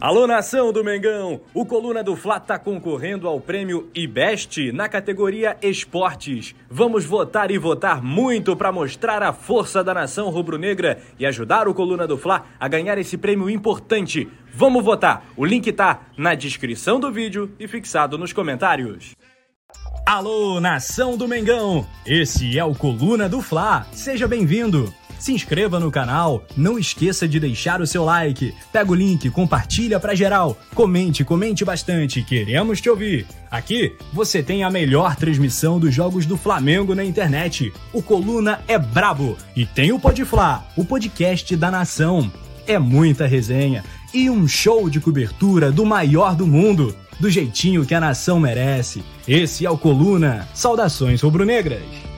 Alô, nação do Mengão! O Coluna do Fla tá concorrendo ao prêmio IBEST na categoria Esportes. Vamos votar e votar muito para mostrar a força da nação rubro-negra e ajudar o Coluna do Fla a ganhar esse prêmio importante. Vamos votar! O link tá na descrição do vídeo e fixado nos comentários. Alô, nação do Mengão! Esse é o Coluna do Fla. Seja bem-vindo! Se inscreva no canal, não esqueça de deixar o seu like, pega o link, compartilha pra geral, comente bastante, queremos te ouvir. Aqui você tem a melhor transmissão dos jogos do Flamengo na internet. O Coluna é brabo e tem o Podfla, o podcast da nação. É muita resenha e um show de cobertura do maior do mundo, do jeitinho que a nação merece. Esse é o Coluna. Saudações rubro-negras.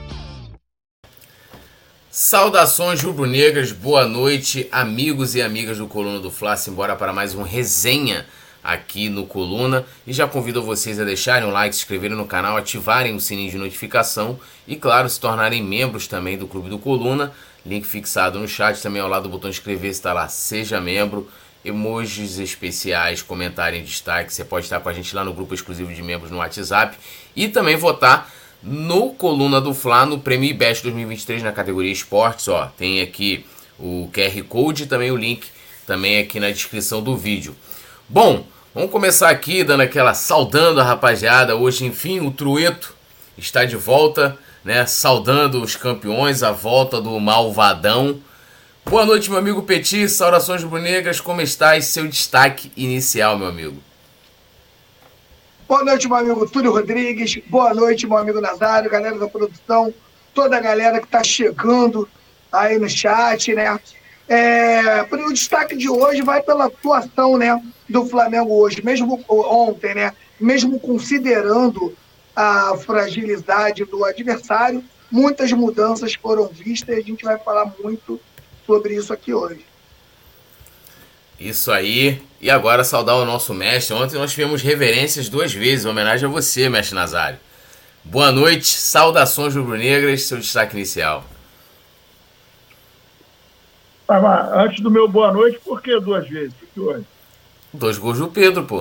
Saudações rubro-negras, boa noite, amigos e amigas do Coluna do Fla. Simbora para mais um resenha aqui no Coluna. E já convido vocês a deixarem um like, se inscreverem no canal, ativarem o sininho de notificação e, claro, se tornarem membros também do Clube do Coluna. Link fixado no chat, também ao lado do botão inscrever, está lá, seja membro. Emojis especiais, comentário em destaque. Você pode estar com a gente lá no grupo exclusivo de membros no WhatsApp e também votar no Coluna do Fla, no Prêmio IBEST 2023 na categoria Esportes. Ó, tem aqui o QR Code e também o link também aqui na descrição do vídeo. Bom, vamos começar aqui saudando a rapaziada. Hoje, enfim, o Trueto está de volta, né? Saudando os campeões, a volta do Malvadão. Boa noite, meu amigo Petit, saudações rubro-negras, como está? Seu destaque inicial, meu amigo. Boa noite, meu amigo Túlio Rodrigues. Boa noite, meu amigo Nazário, galera da produção, toda a galera que está chegando aí no chat, né? O destaque de hoje vai pela atuação, né, do Flamengo hoje, mesmo ontem, né? Mesmo considerando a fragilidade do adversário, muitas mudanças foram vistas e a gente vai falar muito sobre isso aqui hoje. Isso aí. E agora saudar o nosso mestre. Ontem nós tivemos reverências 2 vezes, em homenagem a você, mestre Nazário. Boa noite, saudações rubro-negras, seu destaque inicial. Mas, antes do meu boa noite, por que 2 vezes? O que hoje? 2 gols do Pedro, pô.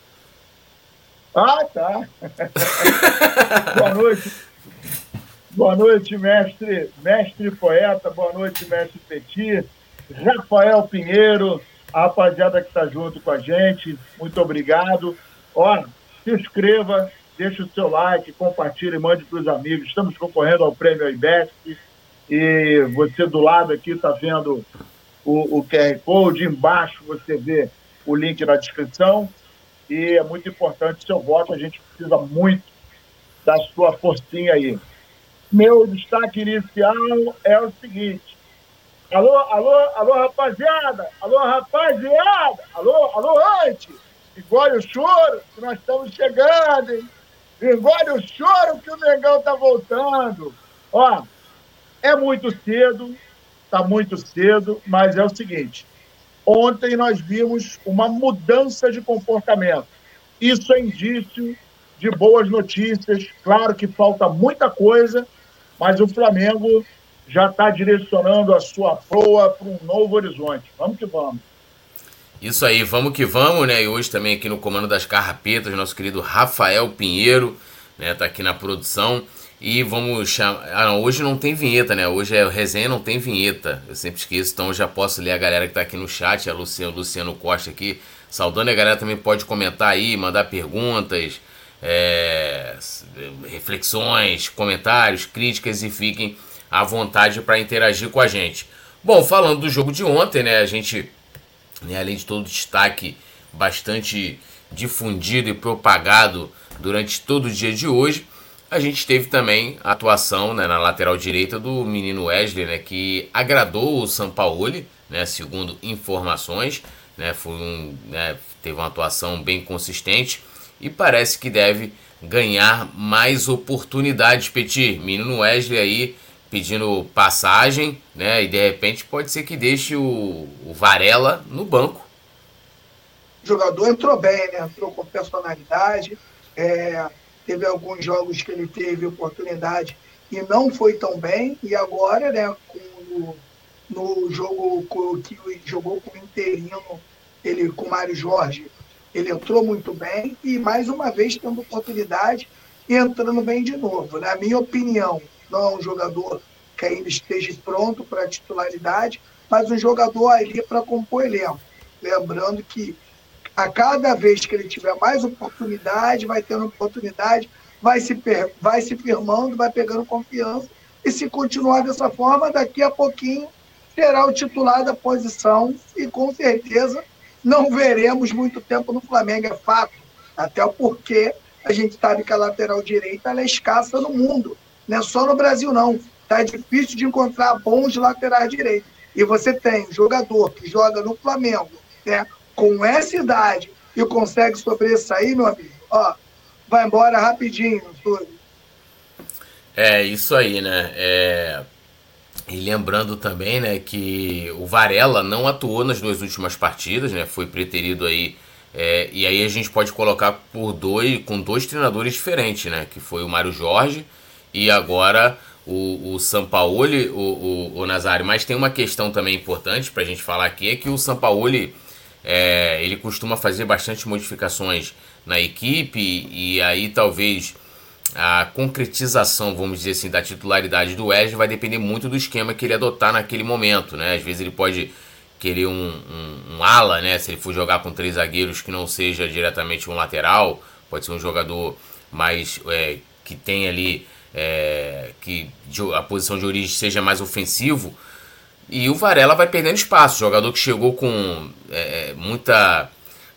Ah, tá. Boa noite. Boa noite, mestre poeta. Boa noite, mestre Petit. Rafael Pinheiro. A rapaziada que está junto com a gente, muito obrigado. Ó, se inscreva, deixe o seu like, compartilhe, mande para os amigos. Estamos concorrendo ao prêmio IBEST e você do lado aqui está vendo o QR Code, embaixo você vê o link na descrição e é muito importante o seu voto, a gente precisa muito da sua forcinha aí. Meu destaque inicial é o seguinte: Alô, rapaziada! Alô, ante! Engole o choro, que nós estamos chegando, hein? Engole o choro que o Mengão tá voltando. Ó, é muito cedo, tá muito cedo, mas é o seguinte: ontem nós vimos uma mudança de comportamento. Isso é indício de boas notícias. Claro que falta muita coisa, mas o Flamengo já está direcionando a sua proa para um novo horizonte. Vamos que vamos. Isso aí, vamos que vamos, né? E hoje também aqui no comando das carrapetas, nosso querido Rafael Pinheiro, né? Tá aqui na produção. E vamos chamar... não, hoje não tem vinheta, né? Hoje é resenha, não tem vinheta. Eu sempre esqueço, então eu já posso ler a galera que tá aqui no chat. A Luciano Costa aqui, saudando. E a galera também pode comentar aí, mandar perguntas, reflexões, comentários, críticas e fiquem à vontade para interagir com a gente. Bom, falando do jogo de ontem, né, a gente, né, além de todo o destaque bastante difundido e propagado durante todo o dia de hoje, a gente teve também a atuação, né, na lateral direita do menino Wesley, né, que agradou o Sampaoli, né, segundo informações, né, teve uma atuação bem consistente e parece que deve ganhar mais oportunidades. Petit, menino Wesley aí pedindo passagem, né? E de repente pode ser que deixe o Varela no banco. O jogador entrou bem, né? Entrou com personalidade. Teve alguns jogos que ele teve oportunidade e não foi tão bem. E agora, né, no jogo que jogou com o Interino, ele com o Mário Jorge, ele entrou muito bem e, mais uma vez, tendo oportunidade e entrando bem de novo. Na minha opinião, não é um jogador que ainda esteja pronto para a titularidade, mas um jogador ali para compor elenco. Lembrando que a cada vez que ele tiver mais oportunidade, vai tendo oportunidade, vai se firmando, vai pegando confiança, e se continuar dessa forma, daqui a pouquinho será o titular da posição e com certeza não veremos muito tempo no Flamengo, é fato, até porque a gente sabe que a lateral direita ela é escassa no mundo, não é só no Brasil não, tá difícil de encontrar bons laterais direitos, e você tem um jogador que joga no Flamengo, né, com essa idade e consegue sobressair, meu amigo, ó, vai embora rapidinho, Túlio. É isso aí, né? E lembrando também, né, que o Varela não atuou nas 2 últimas partidas, né? Foi preterido aí. E aí a gente pode colocar com 2 treinadores diferentes, né? Que foi o Mário Jorge e agora o Sampaoli, o Nazário. Mas tem uma questão também importante pra gente falar aqui, é que o Sampaoli ele costuma fazer bastante modificações na equipe e aí talvez a concretização, vamos dizer assim, da titularidade do Wesley vai depender muito do esquema que ele adotar naquele momento, né? Às vezes ele pode querer um ala, né? Se ele for jogar com 3 zagueiros que não seja diretamente um lateral, pode ser um jogador mais que tem ali que a posição de origem seja mais ofensivo. E o Varela vai perdendo espaço, jogador que chegou com muita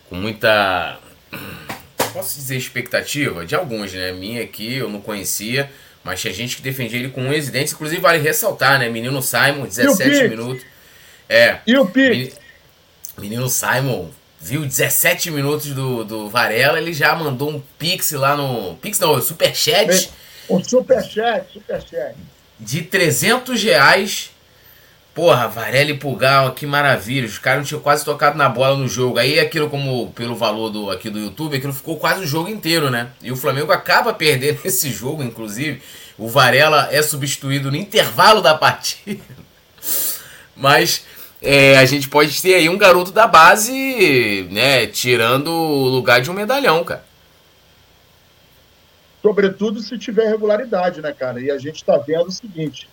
posso dizer expectativa? De alguns, né? Minha aqui eu não conhecia, mas tinha gente que defendia ele com unhas e dentes. Inclusive vale ressaltar, né? Menino Simon, 17 minutos. E o Pix? Menino Simon viu 17 minutos do Varela, ele já mandou um Pix lá no... Pix não, o Superchat. Um Superchat. De R$300. Porra, Varela e Pulgar, que maravilha. Os caras não tinham quase tocado na bola no jogo. Aí aquilo, como pelo valor aqui do YouTube, aquilo ficou quase o jogo inteiro, né? E o Flamengo acaba perdendo esse jogo, inclusive. O Varela é substituído no intervalo da partida. Mas a gente pode ter aí um garoto da base, né? Tirando o lugar de um medalhão, cara. Sobretudo se tiver regularidade, né, cara? E a gente tá vendo o seguinte...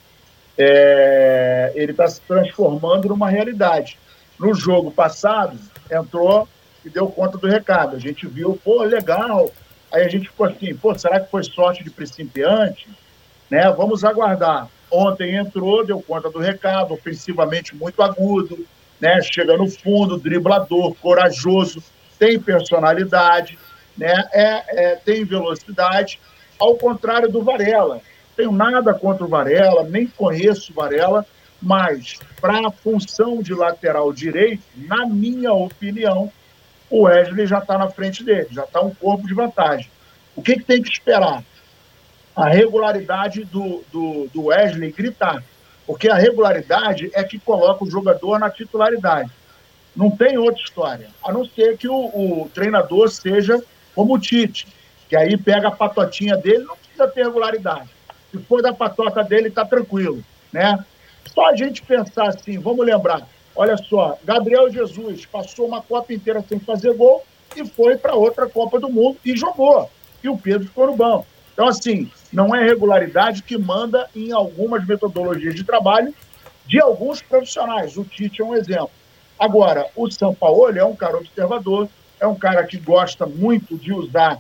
ele está se transformando numa realidade. No jogo passado, entrou e deu conta do recado. A gente viu, legal. Aí a gente ficou assim, será que foi sorte de principiante? Né? Vamos aguardar. Ontem entrou, deu conta do recado, ofensivamente muito agudo, né? Chega no fundo, driblador, corajoso, tem personalidade, né? Tem velocidade, ao contrário do Varela. Tenho nada contra o Varela, nem conheço o Varela, mas para a função de lateral direito, na minha opinião, o Wesley já está na frente dele, já está um corpo de vantagem. O que tem que esperar? A regularidade do Wesley gritar, porque a regularidade é que coloca o jogador na titularidade. Não tem outra história, a não ser que o treinador seja como o Tite, que aí pega a patotinha dele, não precisa ter regularidade. Se for da patota dele, tá tranquilo, né? Só a gente pensar assim, vamos lembrar, olha só, Gabriel Jesus passou uma Copa inteira sem fazer gol e foi para outra Copa do Mundo e jogou. E o Pedro ficou no banco. Então, assim, não é regularidade que manda em algumas metodologias de trabalho de alguns profissionais. O Tite é um exemplo. Agora, o Sampaoli é um cara observador, é um cara que gosta muito de usar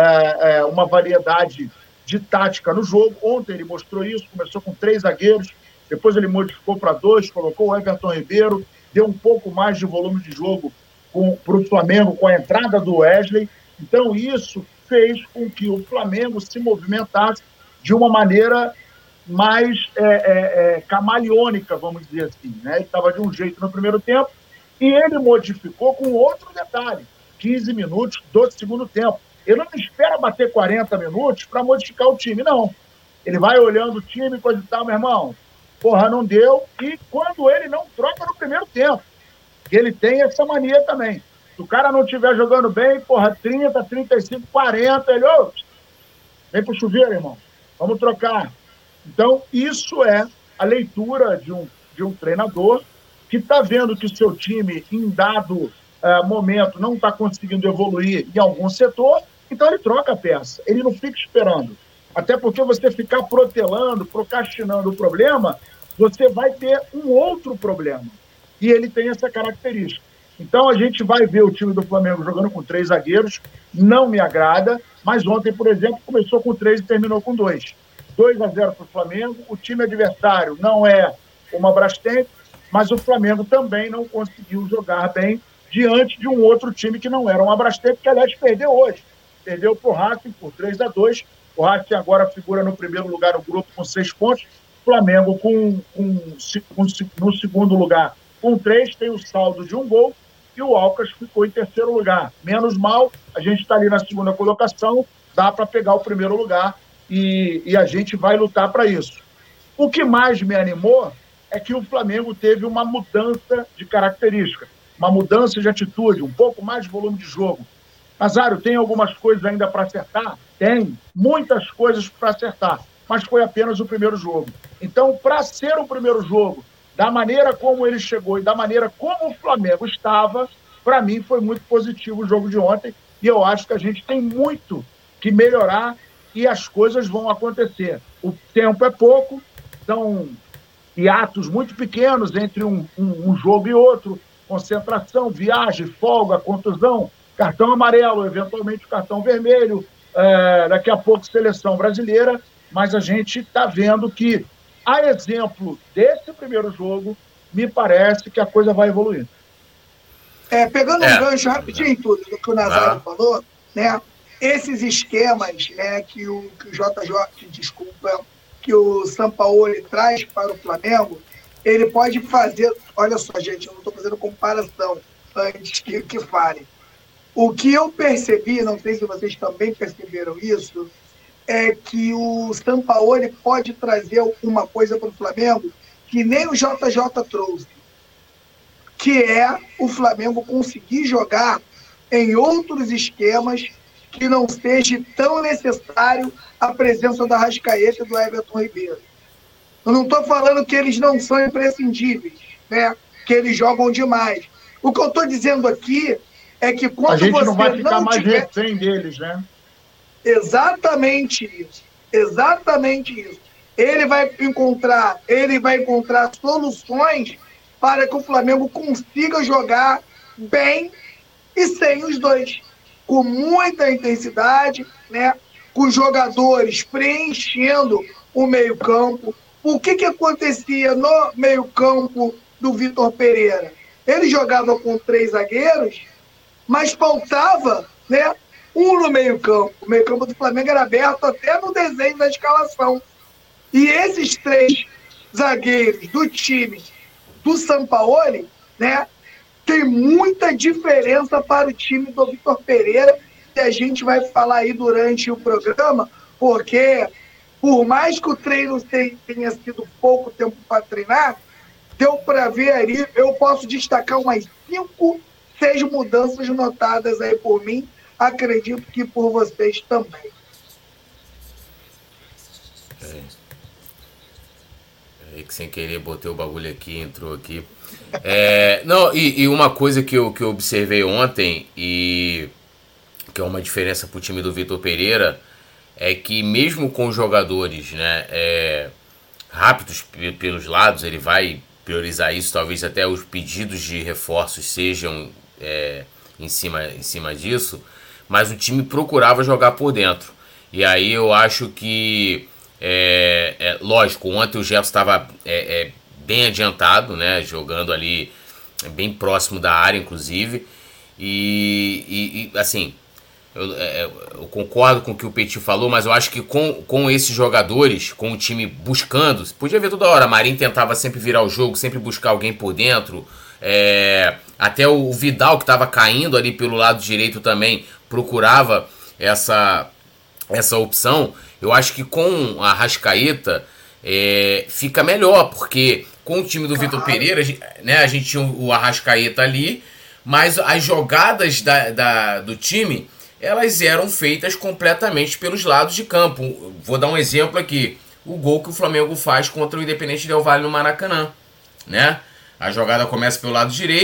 uma variedade de tática no jogo. Ontem ele mostrou isso, começou com 3 zagueiros, depois ele modificou para 2, colocou o Everton Ribeiro, deu um pouco mais de volume de jogo para o Flamengo com a entrada do Wesley. Então isso fez com que o Flamengo se movimentasse de uma maneira mais camaleônica, vamos dizer assim, né? Ele estava de um jeito no primeiro tempo e ele modificou com outro detalhe, 15 minutos do segundo tempo. Ele não espera bater 40 minutos para modificar o time, não. Ele vai olhando o time, coisa e tal, meu irmão, não deu. E quando ele não troca no primeiro tempo, ele tem essa mania também. Se o cara não estiver jogando bem, 30, 35, 40, ele, vem pro chuveiro, irmão, vamos trocar. Então, isso é a leitura de um treinador que está vendo que o seu time, em dado momento não está conseguindo evoluir em algum setor, então ele troca a peça, ele não fica esperando. Até porque você ficar protelando, procrastinando o problema, você vai ter um outro problema. E ele tem essa característica. Então a gente vai ver o time do Flamengo jogando com 3 zagueiros, não me agrada, mas ontem, por exemplo, começou com 3 e terminou com 2. 2-0 para o Flamengo, o time adversário não é uma Brastemp, mas o Flamengo também não conseguiu jogar bem diante de um outro time que não era uma Brastemp, que aliás perdeu hoje. Perdeu para o Racing por 3-2. O Racing agora figura no primeiro lugar no grupo com 6 pontos. O Flamengo no segundo lugar com 3, tem o saldo de 1 gol. E o Alcas ficou em terceiro lugar. Menos mal, a gente está ali na segunda colocação, dá para pegar o primeiro lugar e a gente vai lutar para isso. O que mais me animou é que o Flamengo teve uma mudança de característica, uma mudança de atitude, um pouco mais de volume de jogo. Nazário, tem algumas coisas ainda para acertar? Tem, muitas coisas para acertar, mas foi apenas o primeiro jogo. Então, para ser o primeiro jogo, da maneira como ele chegou e da maneira como o Flamengo estava, para mim foi muito positivo o jogo de ontem e eu acho que a gente tem muito que melhorar e as coisas vão acontecer. O tempo é pouco, são hiatos muito pequenos entre um jogo e outro, concentração, viagem, folga, contusão, cartão amarelo, eventualmente cartão vermelho, daqui a pouco seleção brasileira, mas a gente está vendo que, a exemplo desse primeiro jogo, me parece que a coisa vai evoluir. Pegando um gancho rapidinho tudo do que o Nazário falou, né? Esses esquemas, né, que o Sampaoli traz para o Flamengo, ele pode fazer. Olha só, gente, eu não estou fazendo comparação antes que fale. O que eu percebi, não sei se vocês também perceberam isso, é que o Sampaoli pode trazer uma coisa para o Flamengo que nem o JJ trouxe, que é o Flamengo conseguir jogar em outros esquemas que não seja tão necessário a presença da Arrascaeta e do Everton Ribeiro. Eu não estou falando que eles não são imprescindíveis, né? Que eles jogam demais. O que eu estou dizendo aqui é que quando a gente você não vai ficar mais tiver... refém deles, né? Exatamente isso. Exatamente isso. Ele vai encontrar soluções para que o Flamengo consiga jogar bem e sem os dois. Com muita intensidade, né? Com jogadores preenchendo o meio-campo. O que acontecia no meio-campo do Vitor Pereira? Ele jogava com 3 zagueiros, mas faltava, né, um no meio-campo. O meio-campo do Flamengo era aberto até no desenho da escalação. E esses 3 zagueiros do time do Sampaoli, né, tem muita diferença para o time do Vitor Pereira, que a gente vai falar aí durante o programa, porque por mais que o treino tenha sido pouco tempo para treinar, deu para ver ali, eu posso destacar umas 5, 6 mudanças notadas aí por mim, acredito que por vocês também. Que sem querer botei o bagulho aqui, entrou aqui. Não, e uma coisa que eu observei ontem, e que é uma diferença pro time do Vitor Pereira, é que mesmo com jogadores, né, rápidos pelos lados, ele vai priorizar isso, talvez até os pedidos de reforços sejam em cima disso, mas o time procurava jogar por dentro. E aí eu acho que lógico, ontem o Gerson estava bem adiantado, né, jogando ali bem próximo da área, inclusive, e assim, eu concordo com o que o Petit falou, mas eu acho que com esses jogadores, com o time buscando, podia ver toda hora, Marinho tentava sempre virar o jogo, sempre buscar alguém por dentro, até o Vidal, que estava caindo ali pelo lado direito também, procurava essa opção. Eu acho que com a Arrascaeta fica melhor, porque com o time do Vitor Pereira, né, a gente tinha o Arrascaeta ali, mas as jogadas do time, elas eram feitas completamente pelos lados de campo. Vou dar um exemplo aqui, o gol que o Flamengo faz contra o Independente Del Valle no Maracanã, né? A jogada começa pelo lado direito,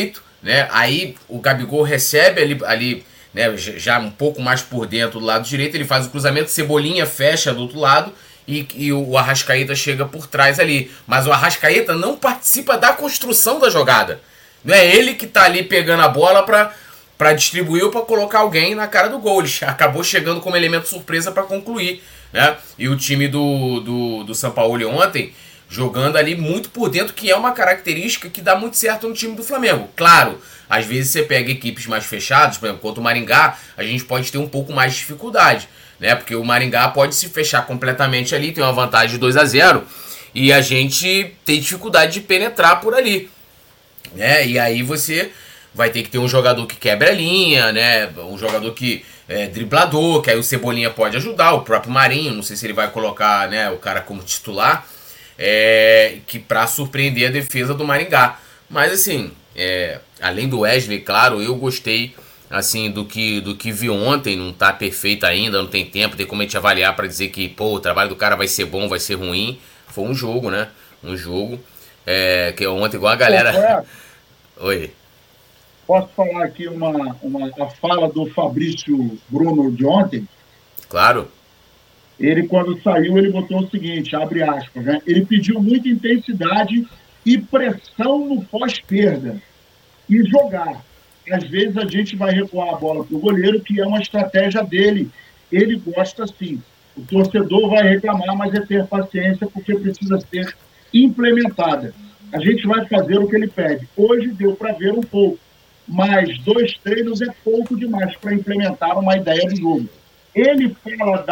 né? Aí o Gabigol recebe ali, né, já um pouco mais por dentro do lado direito, ele faz o cruzamento, Cebolinha fecha do outro lado e o Arrascaeta chega por trás ali. Mas o Arrascaeta não participa da construção da jogada. Não é ele que tá ali pegando a bola para distribuir ou para colocar alguém na cara do gol. Ele acabou chegando como elemento surpresa para concluir, né? E o time do Sampaoli ontem jogando ali muito por dentro, que é uma característica que dá muito certo no time do Flamengo. Claro, às vezes você pega equipes mais fechadas, por exemplo, contra o Maringá, a gente pode ter um pouco mais de dificuldade, né? Porque o Maringá pode se fechar completamente ali, tem uma vantagem de 2-0, e a gente tem dificuldade de penetrar por ali, né? E aí você vai ter que ter um jogador que quebra a linha, né? Um jogador que é driblador, que aí o Cebolinha pode ajudar, o próprio Marinho, não sei se ele vai colocar, né, o cara como titular, que para surpreender a defesa do Maringá. Mas assim, além do Wesley, claro, eu gostei assim do que vi ontem. Não tá perfeito ainda, não tem tempo, tem como a gente avaliar para dizer que o trabalho do cara vai ser bom, vai ser ruim. Foi um jogo, né? Um jogo que ontem igual a galera... Oi. Posso falar aqui a fala do Fabrício Bruno de ontem? Claro. Ele, quando saiu, ele botou o seguinte, abre aspas, né? Ele pediu muita intensidade e pressão no pós-perda. E jogar. Às vezes a gente vai recuar a bola para o goleiro, que é uma estratégia dele. Ele gosta sim. O torcedor vai reclamar, mas é ter paciência, porque precisa ser implementada. A gente vai fazer o que ele pede. Hoje deu para ver um pouco, mas 2 treinos é pouco demais para implementar uma ideia de jogo. Ele fala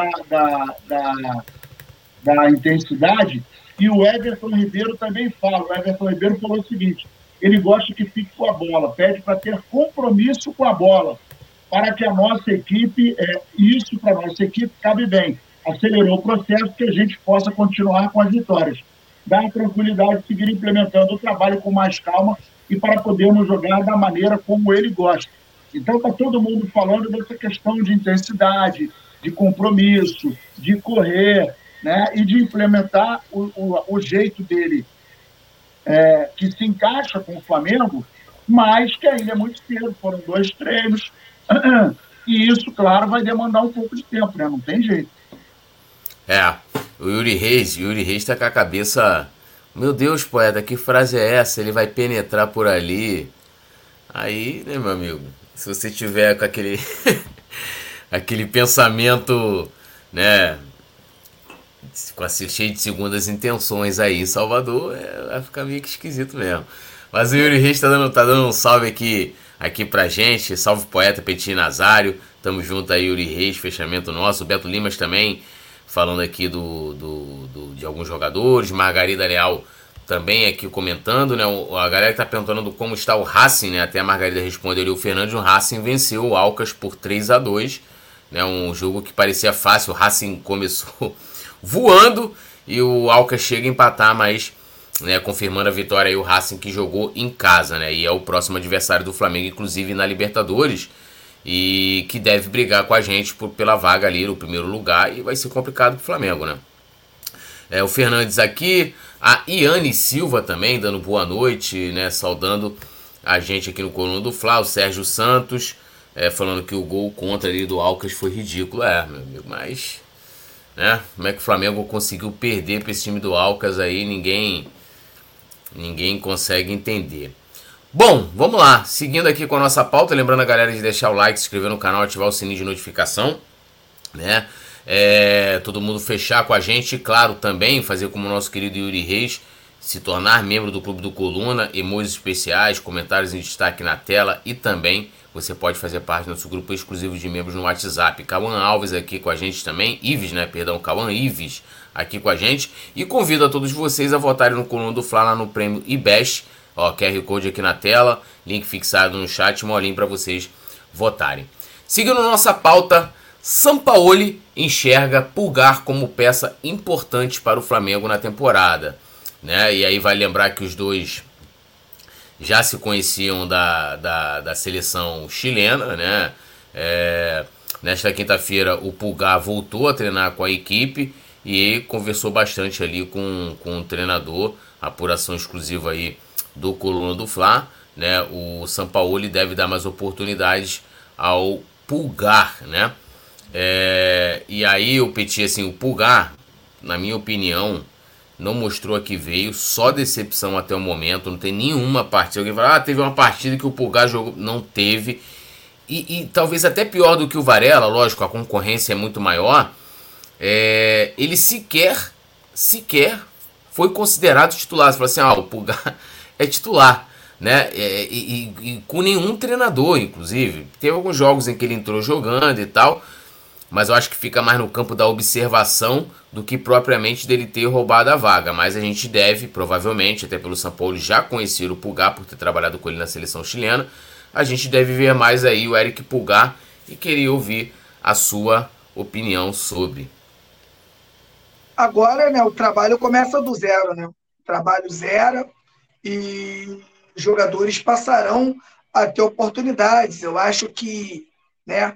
da intensidade e o Everton Ribeiro também fala. O Everton Ribeiro falou o seguinte, ele gosta que fique com a bola, pede para ter compromisso com a bola, para que a nossa equipe, isso para a nossa equipe cabe bem. Acelerou o processo, que a gente possa continuar com as vitórias. Dá tranquilidade de seguir implementando o trabalho com mais calma e para podermos jogar da maneira como ele gosta. Então está todo mundo falando dessa questão de intensidade, de compromisso, de correr, né? E de implementar o jeito dele, que se encaixa com o Flamengo, mas que ainda é muito cedo, foram 2 treinos, e isso, claro, vai demandar um pouco de tempo, né? Não tem jeito. O Yuri Reis está com a cabeça... Meu Deus, poeta, que frase é essa? Ele vai penetrar por ali. Aí, né, meu amigo? Se você tiver com aquele aquele pensamento, né, cheio de segundas intenções aí, Salvador, vai ficar meio que esquisito mesmo. Mas o Yuri Reis tá dando um salve aqui pra gente. Salve, poeta Petit Nazário. Tamo junto aí, Yuri Reis, fechamento nosso. O Beto Limas também falando aqui de alguns jogadores. Margarida Leal também aqui comentando, né? A galera que tá perguntando como está o Racing, né? Até a Margarida respondeu ali, o Fernando Racing venceu o Alcas por 3-2, né? Um jogo que parecia fácil, o Racing começou voando e o Alcas chega a empatar, mas, né, confirmando a vitória aí o Racing, que jogou em casa, né? E é o próximo adversário do Flamengo, inclusive na Libertadores, e que deve brigar com a gente pela vaga ali no primeiro lugar, e vai ser complicado pro Flamengo, né? O Fernandes aqui, a Iane Silva também dando boa noite, né, saudando a gente aqui no Coluna do Fla, o Sérgio Santos falando que o gol contra ali do Alcas foi ridículo, meu amigo, mas, né, como é que o Flamengo conseguiu perder para esse time do Alcas aí, ninguém consegue entender. Bom, vamos lá, seguindo aqui com a nossa pauta, lembrando a galera de deixar o like, se inscrever no canal, ativar o sininho de notificação, né? Todo mundo fechar com a gente, claro, também fazer como o nosso querido Yuri Reis, se tornar membro do Clube do Coluna, emojis especiais, comentários em destaque na tela, e também você pode fazer parte do nosso grupo exclusivo de membros no WhatsApp. Cauã Alves aqui com a gente também, Cauã Ives aqui com a gente, e convido a todos vocês a votarem no Coluna do Fla lá no prêmio IBEST. QR Code aqui na tela, link fixado no chat, molinho para vocês votarem. Seguindo nossa pauta, Sampaoli enxerga Pulgar como peça importante para o Flamengo na temporada, né? E aí vai lembrar que os dois já se conheciam da seleção chilena, né? Nesta quinta-feira o Pulgar voltou a treinar com a equipe e conversou bastante ali com o treinador, apuração exclusiva aí do Coluna do Fla, né, o Sampaoli deve dar mais oportunidades ao Pulgar, né? E aí o Petit, assim, o Pulgar, na minha opinião, não mostrou a que veio, só decepção até o momento, não tem nenhuma partida. Alguém fala, teve uma partida que o Pulgar jogou, não teve. E talvez até pior do que o Varela, lógico, a concorrência é muito maior, ele sequer foi considerado titular. Você fala assim, o Pulgar é titular, né? E com nenhum treinador, inclusive. Teve alguns jogos em que ele entrou jogando e tal, mas eu acho que fica mais no campo da observação do que propriamente dele ter roubado a vaga. Mas a gente deve, provavelmente, até pelo Sampaoli já conhecer o Pulgar, por ter trabalhado com ele na seleção chilena, a gente deve ver mais aí o Eric Pulgar e queria ouvir a sua opinião sobre. Agora, né, o trabalho começa do zero, né? O trabalho zero e os jogadores passarão a ter oportunidades. Eu acho que, né,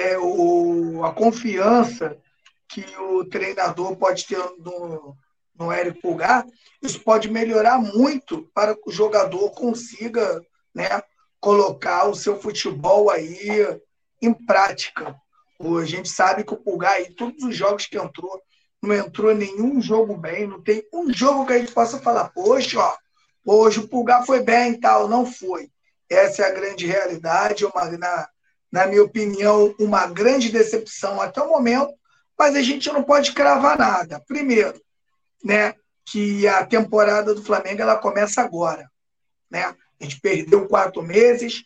a confiança que o treinador pode ter no Eric Pulgar, isso pode melhorar muito para que o jogador consiga, né, colocar o seu futebol aí em prática. A gente sabe que o Pulgar, aí, todos os jogos que entrou, não entrou nenhum jogo bem, não tem um jogo que a gente possa falar, poxa, hoje o Pulgar foi bem e tal. Não foi. Essa é a grande realidade, na minha opinião, uma grande decepção até o momento, mas a gente não pode cravar nada. Primeiro, né, que a temporada do Flamengo ela começa agora, né? A gente perdeu 4 meses,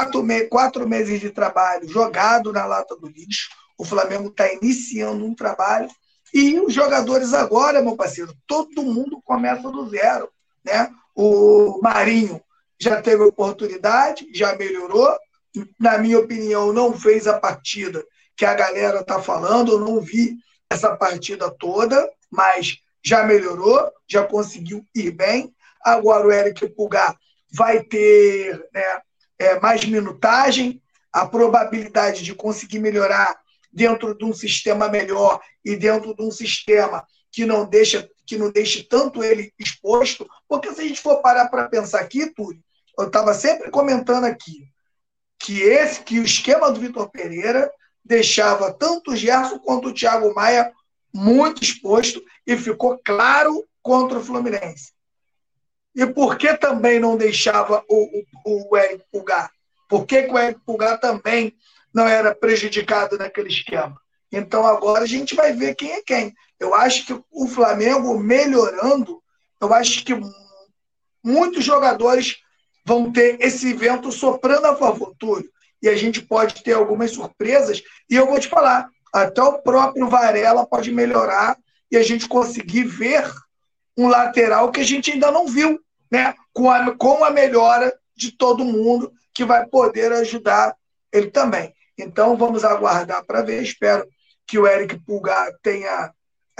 4 meses de trabalho jogado na lata do lixo. O Flamengo está iniciando um trabalho e os jogadores agora, meu parceiro, todo mundo começa do zero, né? O Marinho já teve oportunidade, já melhorou. Na minha opinião, não fez a partida que a galera está falando, eu não vi essa partida toda, mas já melhorou, já conseguiu ir bem. Agora o Eric Pulgar vai ter, né, mais minutagem, a probabilidade de conseguir melhorar dentro de um sistema melhor e dentro de um sistema que não deixe tanto ele exposto, porque se a gente for parar para pensar aqui, Túlio, eu estava sempre comentando aqui, que o esquema do Vitor Pereira deixava tanto o Gerson quanto o Thiago Maia muito exposto e ficou claro contra o Fluminense. E por que também não deixava o Eric Pulgar? Por que o Eric Pulgar também não era prejudicado naquele esquema? Então agora a gente vai ver quem é quem. Eu acho que o Flamengo melhorando, eu acho que muitos jogadores vão ter esse vento soprando a favor, Túlio. E a gente pode ter algumas surpresas. E eu vou te falar, até o próprio Varela pode melhorar e a gente conseguir ver um lateral que a gente ainda não viu, né? Com a melhora de todo mundo, que vai poder ajudar ele também. Então, vamos aguardar para ver. Espero que o Eric Pulgar tenha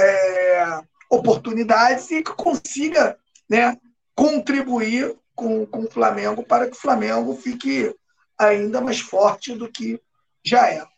oportunidades e que consiga, né, contribuir com o Flamengo para que o Flamengo fique ainda mais forte do que já é.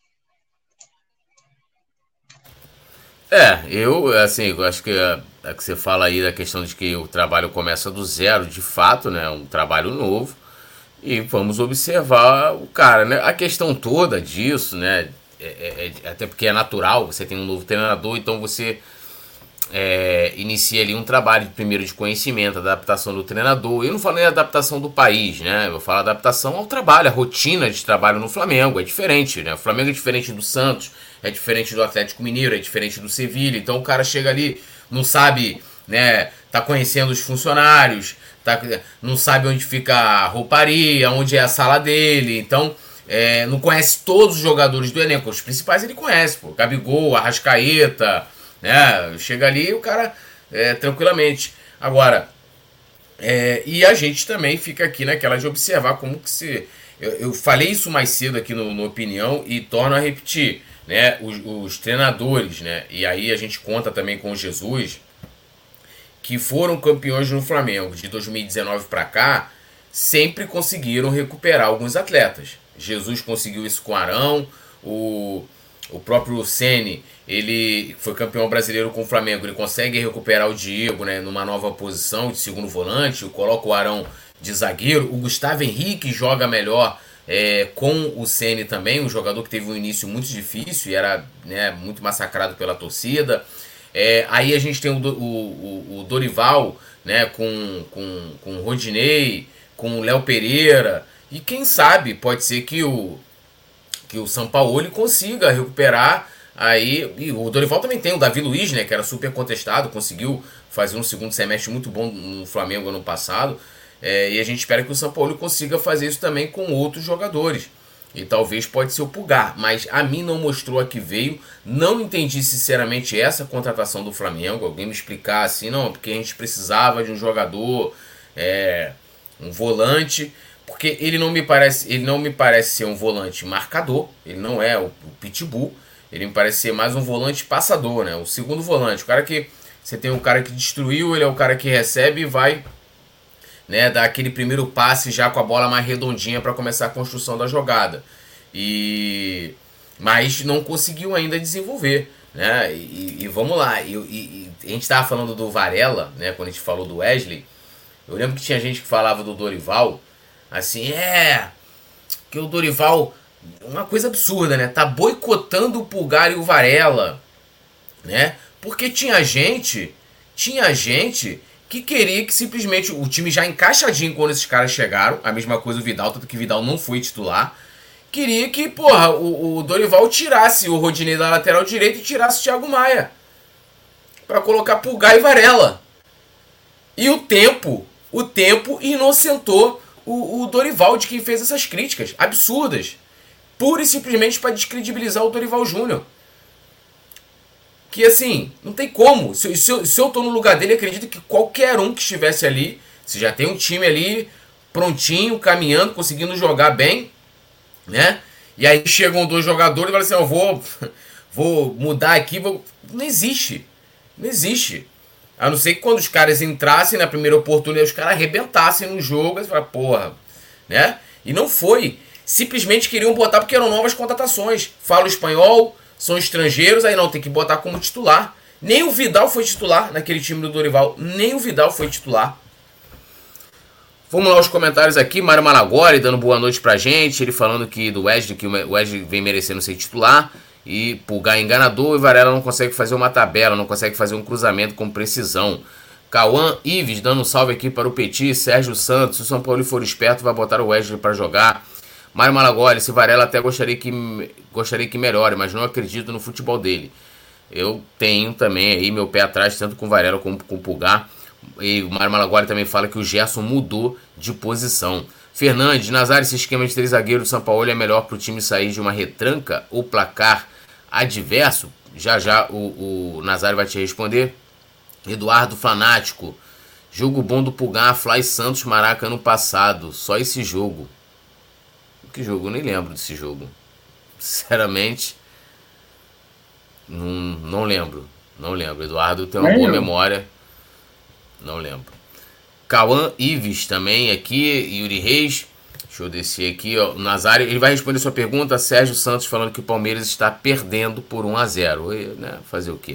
Eu acho que a que você fala aí da questão de que o trabalho começa do zero, de fato, né, um trabalho novo, e vamos observar o cara, né, a questão toda disso, né, até porque é natural, você tem um novo treinador, então você inicia ali um trabalho primeiro de conhecimento, adaptação do treinador. Eu não falo nem adaptação do país, né? Eu falo adaptação ao trabalho, a rotina de trabalho no Flamengo. É diferente, né? O Flamengo é diferente do Santos, é diferente do Atlético Mineiro, é diferente do Sevilha. Então o cara chega ali, não sabe, né? Tá conhecendo os funcionários, não sabe onde fica a rouparia, onde é a sala dele. Então não conhece todos os jogadores do elenco. Os principais ele conhece, pô. Gabigol, Arrascaeta, né? Chega ali o cara tranquilamente. Agora, e a gente também fica aqui naquela de observar como que se... Eu falei isso mais cedo aqui no Opinião e torno a repetir, né? Os treinadores, né? E aí a gente conta também com o Jesus, que foram campeões no Flamengo de 2019 para cá, sempre conseguiram recuperar alguns atletas. Jesus conseguiu isso com o Arão, o próprio Ceni, ele foi campeão brasileiro com o Flamengo, ele consegue recuperar o Diego, né, numa nova posição de segundo volante, coloca o Arão de zagueiro. O Gustavo Henrique joga melhor com o Ceni também, um jogador que teve um início muito difícil e era, né, muito massacrado pela torcida. Aí a gente tem o Dorival, né, com o Rodinei, com o Léo Pereira, e quem sabe pode ser que o Sampaoli consiga recuperar aí. E o Dorival também tem o Davi Luiz, né, que era super contestado, conseguiu fazer um segundo semestre muito bom no Flamengo ano passado, e a gente espera que o Sampaoli consiga fazer isso também com outros jogadores. E talvez pode ser o Pulgar, mas a mim não mostrou a que veio. Não entendi sinceramente essa contratação do Flamengo. Alguém me explicar assim, não, porque a gente precisava de um jogador, um volante, porque ele não me parece ser um volante marcador, ele não é o Pitbull, ele me parece ser mais um volante passador, né? O segundo volante, o cara que você tem um cara que destruiu, ele é o cara que recebe e vai, né, dar aquele primeiro passe já com a bola mais redondinha para começar a construção da jogada. Mas não conseguiu ainda desenvolver, né? E vamos lá, a gente estava falando do Varela, né, quando a gente falou do Wesley. Eu lembro que tinha gente que falava do Dorival, assim, que o Dorival, uma coisa absurda, né, tá boicotando o Pulgar e o Varela, né, porque tinha gente que queria que simplesmente o time já encaixadinho quando esses caras chegaram, a mesma coisa o Vidal, tanto que o Vidal não foi titular, queria que, o Dorival tirasse o Rodinei da lateral direita e tirasse o Thiago Maia, pra colocar Pulgar e Varela. E o tempo inocentou o Dorival, de quem fez essas críticas absurdas, pura e simplesmente para descredibilizar o Dorival Júnior. Que assim, não tem como. Se eu tô no lugar dele, acredito que qualquer um que estivesse ali, se já tem um time ali prontinho, caminhando, conseguindo jogar bem, né? E aí chegam dois jogadores e falam assim, eu vou mudar aqui, não existe. Não existe. A não ser que quando os caras entrassem na primeira oportunidade, os caras arrebentassem no jogo, e você fala, porra, né? E não foi. Simplesmente queriam botar porque eram novas contratações. Falam espanhol, são estrangeiros, aí não, tem que botar como titular. Nem o Vidal foi titular naquele time do Dorival. Nem o Vidal foi titular. Vamos lá os comentários aqui. Mário Malagori dando boa noite pra gente. Ele falando que do Wesley, que o Wesley vem merecendo ser titular. E Pulgar enganador, e Varela não consegue fazer uma tabela, não consegue fazer um cruzamento com precisão. Cauã Ives dando um salve aqui para o Petit. Sérgio Santos, se o São Paulo for esperto, vai botar o Wesley para jogar. Mário Malagoli, se Varela até gostaria que melhore, mas não acredito no futebol dele. Eu tenho também aí meu pé atrás, tanto com Varela como com Pulgar. E o Mário Malagoli também fala que o Gerson mudou de posição. Fernandes, Nazário, esse esquema de 3 zagueiros do São Paulo é melhor para o time sair de uma retranca ou placar adverso? Já o Nazário vai te responder. Eduardo Fanático, jogo bom do Pulgar, Fly Santos Maraca ano passado, só esse jogo. Que jogo? Eu nem lembro desse jogo. Sinceramente, não lembro. Não lembro. Eduardo tem uma boa memória. Não lembro. Cauã Ives também aqui, Yuri Reis. Deixa eu descer aqui, ó. O Nazário, ele vai responder sua pergunta. Sérgio Santos falando que o Palmeiras está perdendo por 1-0. Né? Fazer o quê?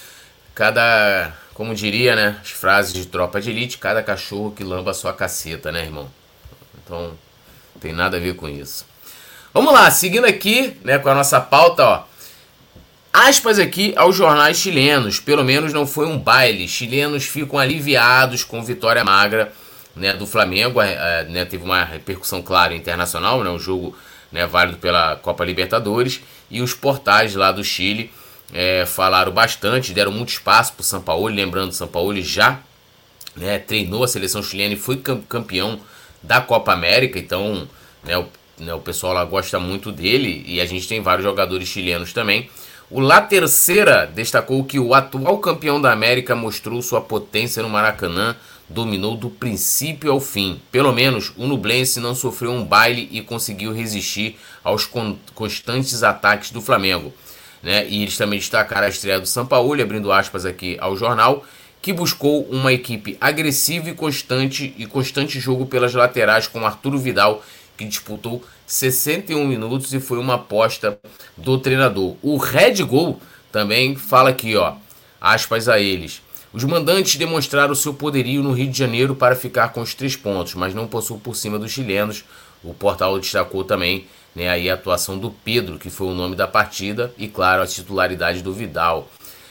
Como diria, né? As frases de Tropa de Elite, cada cachorro que lamba a sua caceta, né, irmão? Então, não tem nada a ver com isso. Vamos lá, seguindo aqui, né, com a nossa pauta, ó. Aspas aqui aos jornais chilenos, pelo menos não foi um baile. Chilenos ficam aliviados com vitória magra, né, do Flamengo, né, teve uma repercussão clara internacional, né, um jogo, né, válido pela Copa Libertadores, e os portais lá do Chile falaram bastante, deram muito espaço para o Sampaoli, lembrando que o Sampaoli já, né, treinou a seleção chilena e foi campeão da Copa América, então, né, o pessoal lá gosta muito dele, e a gente tem vários jogadores chilenos também. O La Terceira destacou que o atual campeão da América mostrou sua potência no Maracanã, dominou do princípio ao fim. Pelo menos o Nublense não sofreu um baile e conseguiu resistir aos constantes ataques do Flamengo. Né? E eles também destacaram a estreia do Sampaoli, abrindo aspas aqui ao jornal, que buscou uma equipe agressiva e constante jogo pelas laterais com Arturo Vidal, que disputou 61 minutos e foi uma aposta do treinador. O Red Gol também fala aqui, ó, aspas a eles. Os mandantes demonstraram seu poderio no Rio de Janeiro para ficar com os 3 pontos, mas não passou por cima dos chilenos. O portal destacou também, né, aí a atuação do Pedro, que foi o nome da partida, e claro, a titularidade do Vidal.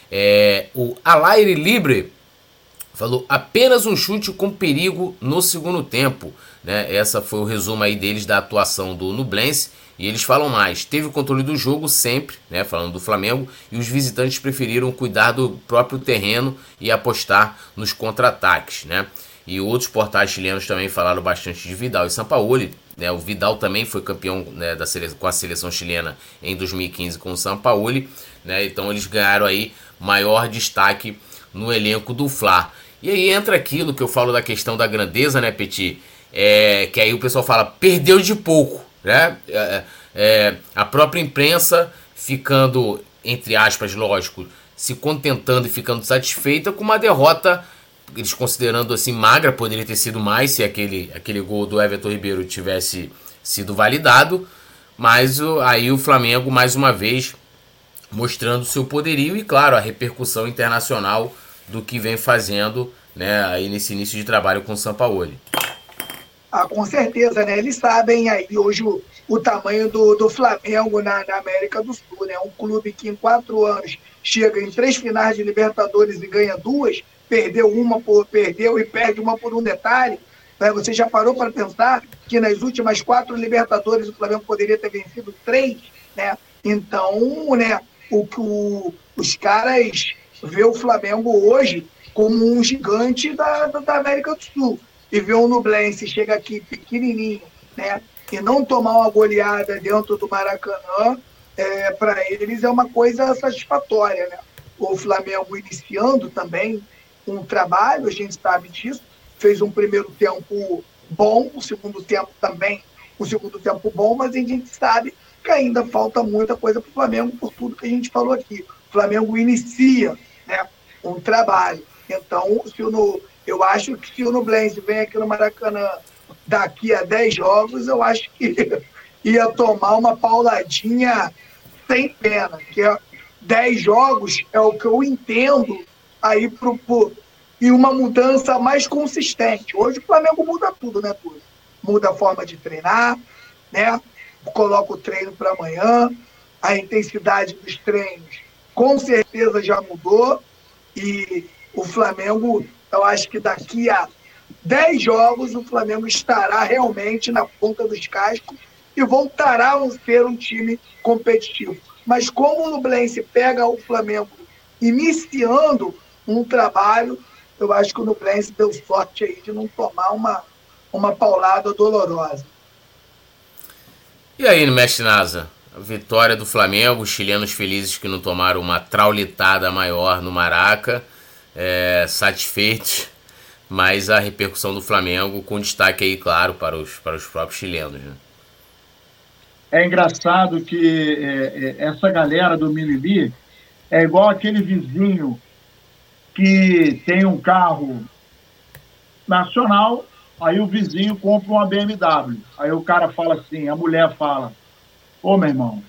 O Alaire Libre falou apenas um chute com perigo no segundo tempo, né? Essa foi o resumo aí deles da atuação do Nublense. E eles falam mais, teve o controle do jogo sempre, né, falando do Flamengo, e os visitantes preferiram cuidar do próprio terreno e apostar nos contra-ataques, né? E outros portais chilenos também falaram bastante de Vidal e Sampaoli, né? O Vidal também foi campeão, né, com a seleção chilena em 2015 com o Sampaoli, né? Então eles ganharam aí maior destaque no elenco do Fla. E aí entra aquilo que eu falo da questão da grandeza, né, Petit? Que aí o pessoal fala, perdeu de pouco, né? A própria imprensa ficando, entre aspas, lógico, se contentando e ficando satisfeita com uma derrota, eles considerando assim magra, poderia ter sido mais se aquele gol do Everton Ribeiro tivesse sido validado, mas aí o Flamengo mais uma vez mostrando seu poderio e claro, a repercussão internacional do que vem fazendo, né, aí nesse início de trabalho com o Sampaoli. Com certeza, né? Eles sabem aí hoje o tamanho do Flamengo na América do Sul, né? Um clube que em 4 anos chega em 3 finais de Libertadores e ganha 2, perdeu e perde uma por um detalhe. Né? Você já parou para pensar que nas últimas 4 Libertadores o Flamengo poderia ter vencido 3, né? Então, né? Os caras vê o Flamengo hoje como um gigante da América do Sul. E ver o Nublense chega aqui pequenininho, né, e não tomar uma goleada dentro do Maracanã, para eles é uma coisa satisfatória, né? O Flamengo iniciando também um trabalho, a gente sabe disso, fez um primeiro tempo bom, o segundo tempo também, bom, mas a gente sabe que ainda falta muita coisa para o Flamengo por tudo que a gente falou aqui. O Flamengo inicia, né, um trabalho. Então, eu acho que se o Nublense vem aqui no Maracanã daqui a 10 jogos, eu acho que ia tomar uma pauladinha sem pena. Que 10 jogos é o que eu entendo aí e uma mudança mais consistente. Hoje o Flamengo muda tudo, né, Túlio? Muda a forma de treinar, né? Coloca o treino para amanhã, a intensidade dos treinos com certeza já mudou e o Flamengo, eu acho que daqui a 10 jogos o Flamengo estará realmente na ponta dos cascos e voltará a ser um time competitivo. Mas como o Nublense pega o Flamengo iniciando um trabalho, eu acho que o Nublense deu sorte aí de não tomar uma paulada dolorosa. E aí, mestre Nasa, a vitória do Flamengo, os chilenos felizes que não tomaram uma traulitada maior no Maraca, satisfeitos, mas a repercussão do Flamengo com destaque aí, claro, para os próprios chilenos, né? É engraçado que essa galera do Mimimi é igual aquele vizinho que tem um carro nacional, aí o vizinho compra uma BMW. Aí o cara fala assim, a mulher fala, ô meu irmão,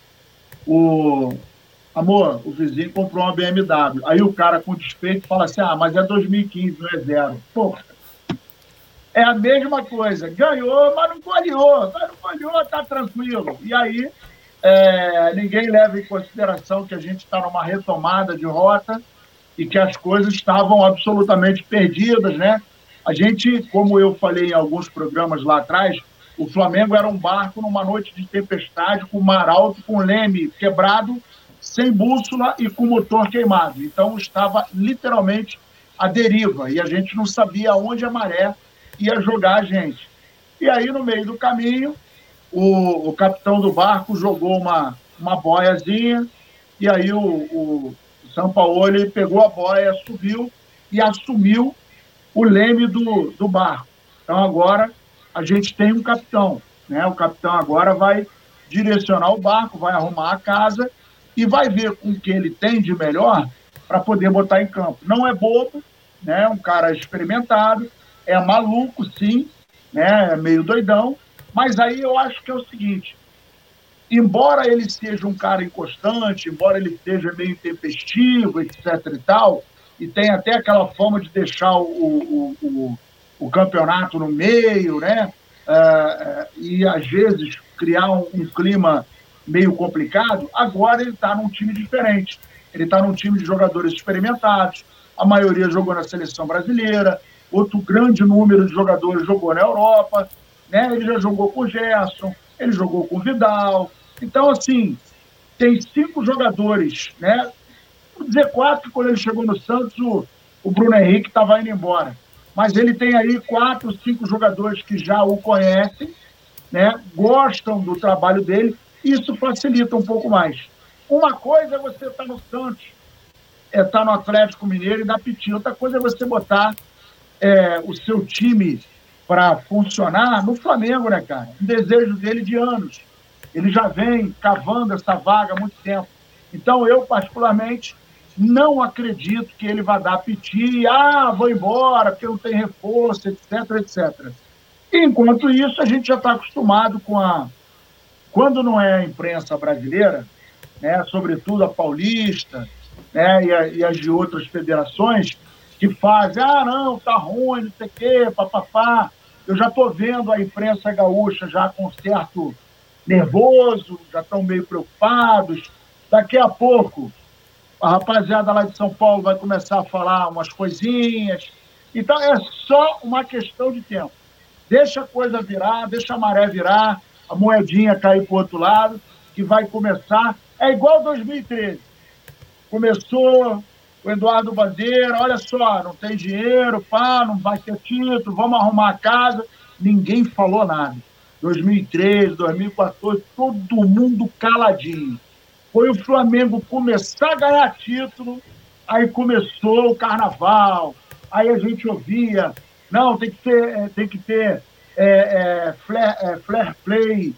amor, o vizinho comprou uma BMW. Aí o cara com despeito fala assim, mas é 2015, não é 0. Pô, é a mesma coisa. Ganhou, mas não goleou. Tá tranquilo. E aí, ninguém leva em consideração que a gente está numa retomada de rota e que as coisas estavam absolutamente perdidas, né? A gente, como eu falei em alguns programas lá atrás, o Flamengo era um barco numa noite de tempestade, com mar alto, com leme quebrado, sem bússola e com motor queimado. Então, estava literalmente à deriva e a gente não sabia onde a maré ia jogar a gente. E aí, no meio do caminho, o capitão do barco jogou uma boiazinha e aí o Sampaoli pegou a boia, subiu e assumiu o leme do barco. Então, agora, a gente tem um capitão, né? O capitão agora vai direcionar o barco, vai arrumar a casa e vai ver com o que ele tem de melhor para poder botar em campo. Não é bobo, né? Um cara experimentado, é maluco, sim, né? É meio doidão, mas aí eu acho que é o seguinte, embora ele seja um cara inconstante, embora ele seja meio intempestivo, etc e tal, e tem até aquela forma de deixar o campeonato no meio, né? E às vezes criar um clima meio complicado. Agora ele está num time diferente. Ele está num time de jogadores experimentados, a maioria jogou na seleção brasileira, outro grande número de jogadores jogou na Europa, né? Ele já jogou com o Gerson, ele jogou com o Vidal. Então, assim, tem 5 jogadores, né? Vou dizer 4, que quando ele chegou no Santos, o Bruno Henrique estava indo embora. Mas ele tem aí 4, 5 jogadores que já o conhecem, né? Gostam do trabalho dele, e isso facilita um pouco mais. Uma coisa é você estar no Santos, estar no Atlético Mineiro e dar piti. Outra coisa é você botar o seu time para funcionar no Flamengo, né, cara? Um desejo dele de anos. Ele já vem cavando essa vaga há muito tempo. Então, eu, particularmente, não acredito que ele vá dar piti, vou embora, porque não tem reforço, etc, etc. Enquanto isso, a gente já está acostumado com quando não é a imprensa brasileira, né, sobretudo a paulista, né, e as de outras federações, que fazem, não, tá ruim, não sei o quê, papapá. Eu já estou vendo a imprensa gaúcha já com certo nervoso, já estão meio preocupados. Daqui a pouco, a rapaziada lá de São Paulo vai começar a falar umas coisinhas. Então, é só uma questão de tempo. Deixa a coisa virar, deixa a maré virar, a moedinha cair para o outro lado, que vai começar. É igual 2013. Começou o Eduardo Bandeira, olha só, não tem dinheiro, não vai ter título, vamos arrumar a casa. Ninguém falou nada. 2013, 2014, todo mundo caladinho. Foi o Flamengo começar a ganhar título, aí começou o carnaval, aí a gente ouvia, não, tem que ter fair play,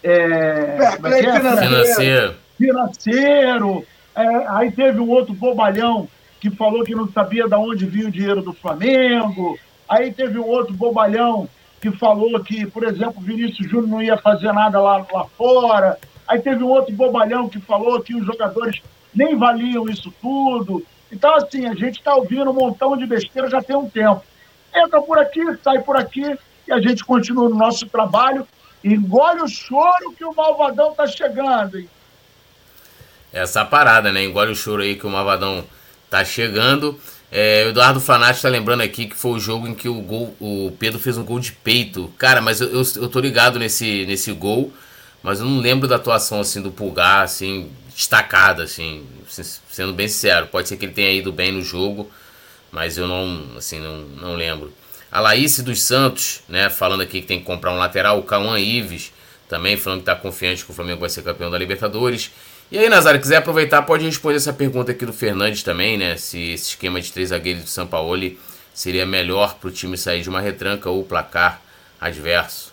financeiro. Aí teve um outro bobalhão que falou que não sabia de onde vinha o dinheiro do Flamengo. Aí teve um outro bobalhão que falou que, por exemplo, Vinícius Júnior não ia fazer nada lá fora. Aí teve um outro bobalhão que falou que os jogadores nem valiam isso tudo. Então, assim, a gente está ouvindo um montão de besteira já tem um tempo. Entra por aqui, sai por aqui, e a gente continua no nosso trabalho. Engole o choro que o Malvadão está chegando, hein? Essa parada, né? Engole o choro aí que o Malvadão tá chegando. O Eduardo Fanati tá lembrando aqui que foi o jogo em que o Pedro fez um gol de peito. Cara, mas eu tô ligado nesse gol, mas eu não lembro da atuação assim do Pulgar, assim, destacada, assim, sendo bem sincero. Pode ser que ele tenha ido bem no jogo, mas eu não lembro. A Laís dos Santos, né, falando aqui que tem que comprar um lateral. O Cauã Ives também falando que tá confiante que o Flamengo vai ser campeão da Libertadores. E aí, Nazário, quiser aproveitar, pode responder essa pergunta aqui do Fernandes também, né? Se esse esquema de 3 zagueiros do Sampaoli seria melhor para o time sair de uma retranca ou placar adverso.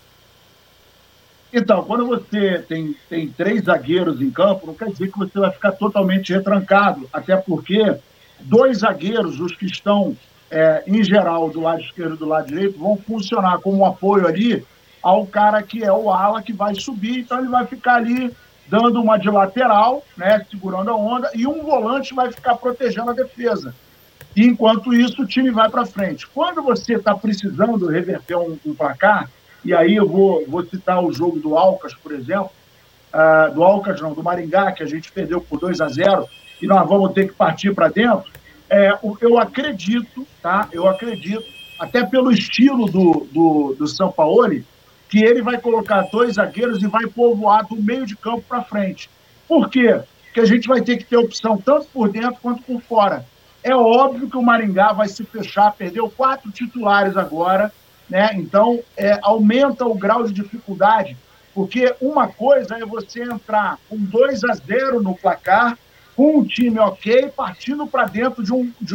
Então, quando você tem 3 zagueiros em campo, não quer dizer que você vai ficar totalmente retrancado, até porque 2 zagueiros, os que estão, em geral, do lado esquerdo e do lado direito, vão funcionar como apoio ali ao cara que é o ala que vai subir, então ele vai ficar ali dando uma de lateral, né, segurando a onda, e um volante vai ficar protegendo a defesa. E, enquanto isso, o time vai para frente. Quando você está precisando reverter um placar, e aí eu vou citar o jogo do Alcas, por exemplo, do Maringá, que a gente perdeu por 2-0, e nós vamos ter que partir para dentro, eu acredito, até pelo estilo do Sampaoli, que ele vai colocar 2 zagueiros e vai povoar do meio de campo para frente. Por quê? Porque a gente vai ter que ter opção tanto por dentro quanto por fora. É óbvio que o Maringá vai se fechar, perdeu 4 titulares agora, né? Então, aumenta o grau de dificuldade, porque uma coisa é você entrar com 2-0 no placar, com um time ok, partindo para dentro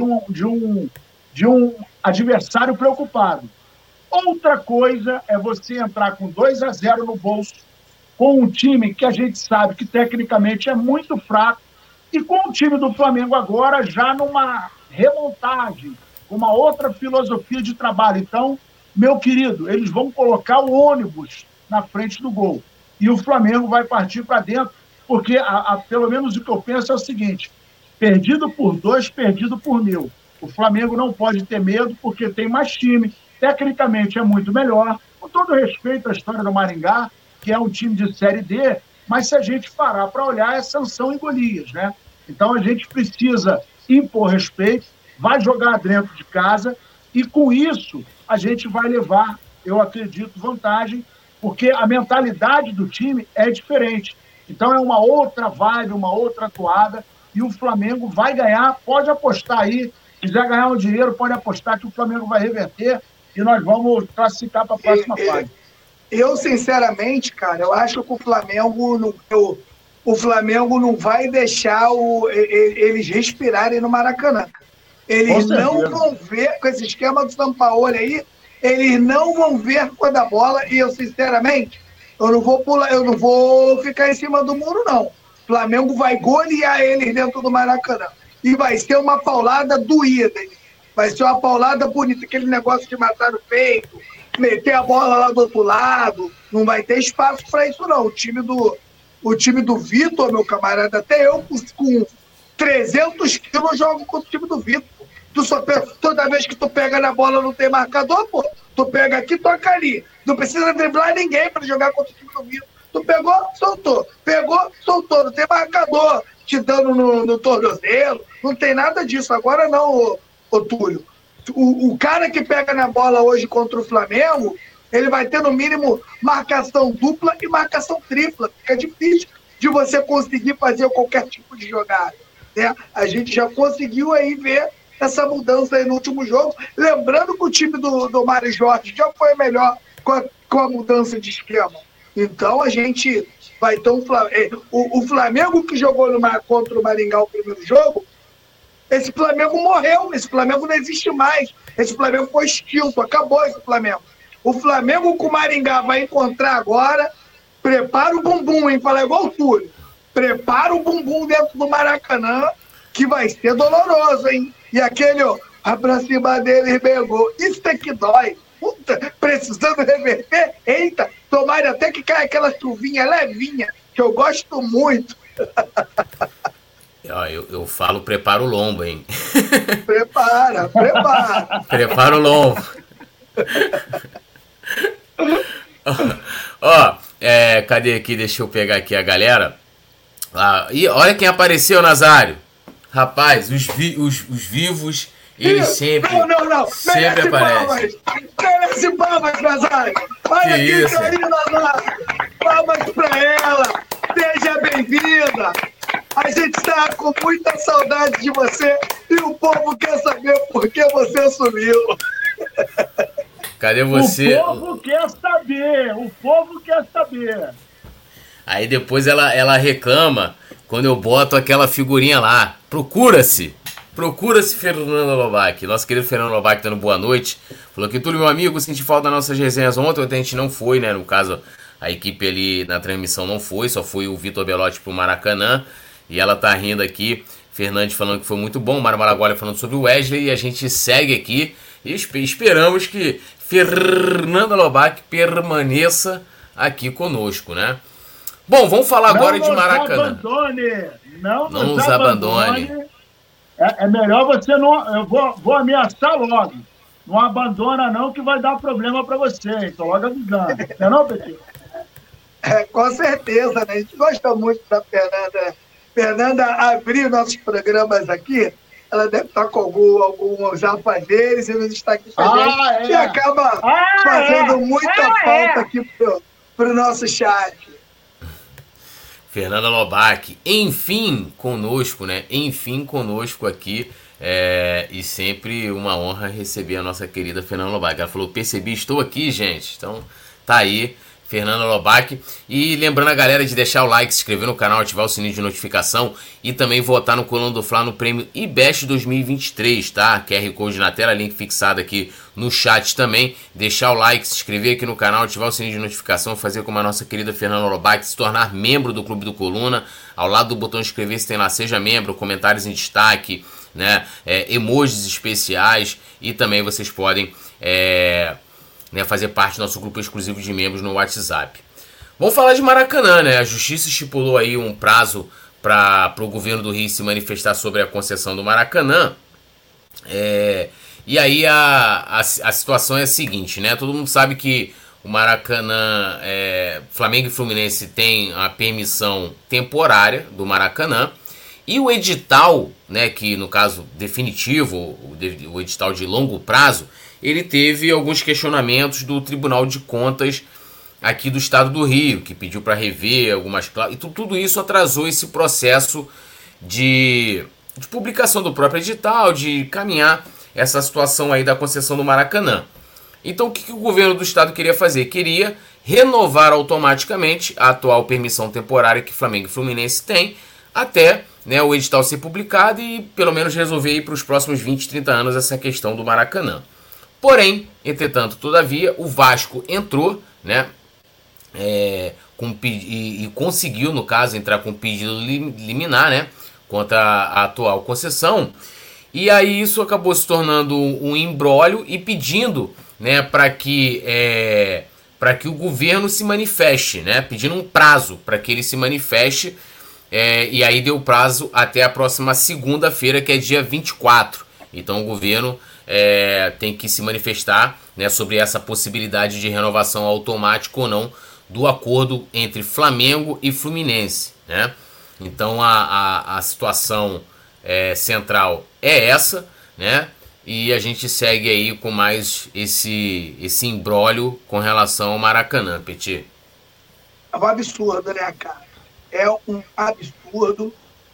de um adversário preocupado. Outra coisa é você entrar com 2-0 no bolso, com um time que a gente sabe que tecnicamente é muito fraco, e com o time do Flamengo agora já numa remontagem, uma outra filosofia de trabalho. Então, meu querido, eles vão colocar o ônibus na frente do gol. E o Flamengo vai partir para dentro, porque pelo menos o que eu penso é o seguinte: perdido por 2, perdido por 1000. O Flamengo não pode ter medo porque tem mais time, tecnicamente é muito melhor. Com todo respeito à história do Maringá, que é um time de Série D, mas se a gente parar para olhar, é Sansão e Golias, né? Então a gente precisa impor respeito, vai jogar dentro de casa e com isso a gente vai levar, eu acredito, vantagem, porque a mentalidade do time é diferente. Então é uma outra vibe, uma outra toada e o Flamengo vai ganhar, pode apostar aí, se quiser ganhar um dinheiro, pode apostar que o Flamengo vai reverter e nós vamos classificar para a próxima fase. Eu, sinceramente, cara, eu acho que o Flamengo não vai deixar eles respirarem no Maracanã. Eles não vão ver, com esse esquema do Sampaoli aí, eles não vão ver quando a bola, e eu, sinceramente, eu não vou ficar em cima do muro, não. O Flamengo vai golear eles dentro do Maracanã. E vai ser uma paulada doída. Vai ser uma paulada bonita, aquele negócio de matar no peito, meter a bola lá do outro lado. Não vai ter espaço para isso, não. O time do Vitor, meu camarada, até eu com 300 quilos jogo contra o time do Vitor. Toda vez que tu pega na bola não tem marcador, pô. Tu pega aqui, toca ali. Não precisa driblar ninguém para jogar contra o time do Vitor. Tu pegou, soltou. Pegou, soltou. Não tem marcador te dando no tornozelo. Não tem nada disso. Agora não, ô Túlio. O cara que pega na bola hoje contra o Flamengo, ele vai ter no mínimo marcação dupla e marcação tripla. Fica difícil de você conseguir fazer qualquer tipo de jogada, né? A gente já conseguiu aí ver essa mudança aí no último jogo. Lembrando que o time do Mário Jorge já foi melhor com a mudança de esquema. Então a gente vai ter o Flamengo que jogou contra o Maringá o primeiro jogo, esse Flamengo morreu, esse Flamengo não existe mais, esse Flamengo foi extinto, acabou esse Flamengo. O Flamengo com o Maringá vai encontrar agora, prepara o bumbum, hein, fala igual o Túlio, prepara o bumbum dentro do Maracanã, que vai ser doloroso, hein? E aquele, ó, pra cima dele, pegou. Isso é que dói. Puta, precisando reverter. Eita, tomara até que caia aquela chuvinha levinha, que eu gosto muito. Eu falo, prepara o lombo, hein? Prepara. Prepara o lombo. Cadê aqui? Deixa eu pegar aqui a galera. E olha quem apareceu, Nazário. Rapaz, os vivos, eles sempre. Não. Sempre aparecem. Merece palmas, Nazário. Olha que aqui, isso? Carina Nazário. Palmas pra ela. Seja bem-vinda. A gente está com muita saudade de você e o povo quer saber por que você sumiu. Cadê você? O povo quer saber. Aí depois ela reclama quando eu boto aquela figurinha lá. Procura-se Fernando Lobac. Nosso querido Fernando Lobac dando boa noite. Falou que Túlio, meu amigo, senti falta das nossas resenhas ontem a gente não foi, né? No caso, a equipe ali na transmissão não foi, só foi o Vitor Belotti pro Maracanã. E ela tá rindo aqui. Fernandes falando que foi muito bom. Mário Maragoli falando sobre o Wesley. E a gente segue aqui e esperamos que Fernando Lobac permaneça aqui conosco, né? Bom, vamos falar agora de Maracanã. Não nos abandone. É melhor você não... Eu vou ameaçar logo. Não abandona não, que vai dar problema para você. Então logo avisando. Não é não, Petit? Com certeza, né? A gente gosta muito da Fernanda. Fernanda abrir nossos programas aqui, ela deve estar com alguns afazeres e nos está aqui com a gente. E acaba fazendo muita falta aqui pro nosso chat. Fernanda Lobac, enfim conosco, né? Enfim conosco aqui. E sempre uma honra receber a nossa querida Fernanda Lobac. Ela falou, percebi, estou aqui, gente. Então, tá aí, Fernanda Lobac. E lembrando a galera de deixar o like, se inscrever no canal, ativar o sininho de notificação e também votar no Coluna do Fla no prêmio IBEST 2023, tá? QR Code na tela, link fixado aqui no chat também. Deixar o like, se inscrever aqui no canal, ativar o sininho de notificação, fazer como a nossa querida Fernanda Lobac, se tornar membro do Clube do Coluna. Ao lado do botão inscrever-se tem lá, seja membro, comentários em destaque, né? Emojis especiais e também vocês podem... fazer parte do nosso grupo exclusivo de membros no WhatsApp. Vamos falar de Maracanã, né? A Justiça estipulou aí um prazo para o governo do Rio se manifestar sobre a concessão do Maracanã. E aí a situação é a seguinte, né? Todo mundo sabe que o Maracanã, Flamengo e Fluminense tem a permissão temporária do Maracanã. E o edital, né, que no caso definitivo, o edital de longo prazo, ele teve alguns questionamentos do Tribunal de Contas aqui do Estado do Rio, que pediu para rever algumas cláusulas. E tudo isso atrasou esse processo de publicação do próprio edital, de caminhar essa situação aí da concessão do Maracanã. Então o que o governo do estado queria fazer? Queria renovar automaticamente a atual permissão temporária que Flamengo e Fluminense têm, até, né, o edital ser publicado e pelo menos resolver para os próximos 20, 30 anos essa questão do Maracanã. Porém, entretanto, todavia, o Vasco entrou, né, e conseguiu, no caso, entrar com pedido liminar, né, contra a atual concessão. E aí isso acabou se tornando um imbróglio e pedindo, né, para que o governo se manifeste, né, pedindo um prazo para que ele se manifeste. E aí deu prazo até a próxima segunda-feira, que é dia 24. Então o governo tem que se manifestar, né, sobre essa possibilidade de renovação automática ou não do acordo entre Flamengo e Fluminense, né? Então a situação central é essa, né? E a gente segue aí com mais esse imbróglio com relação ao Maracanã, Petit. É um absurdo, né, cara? É um absurdo.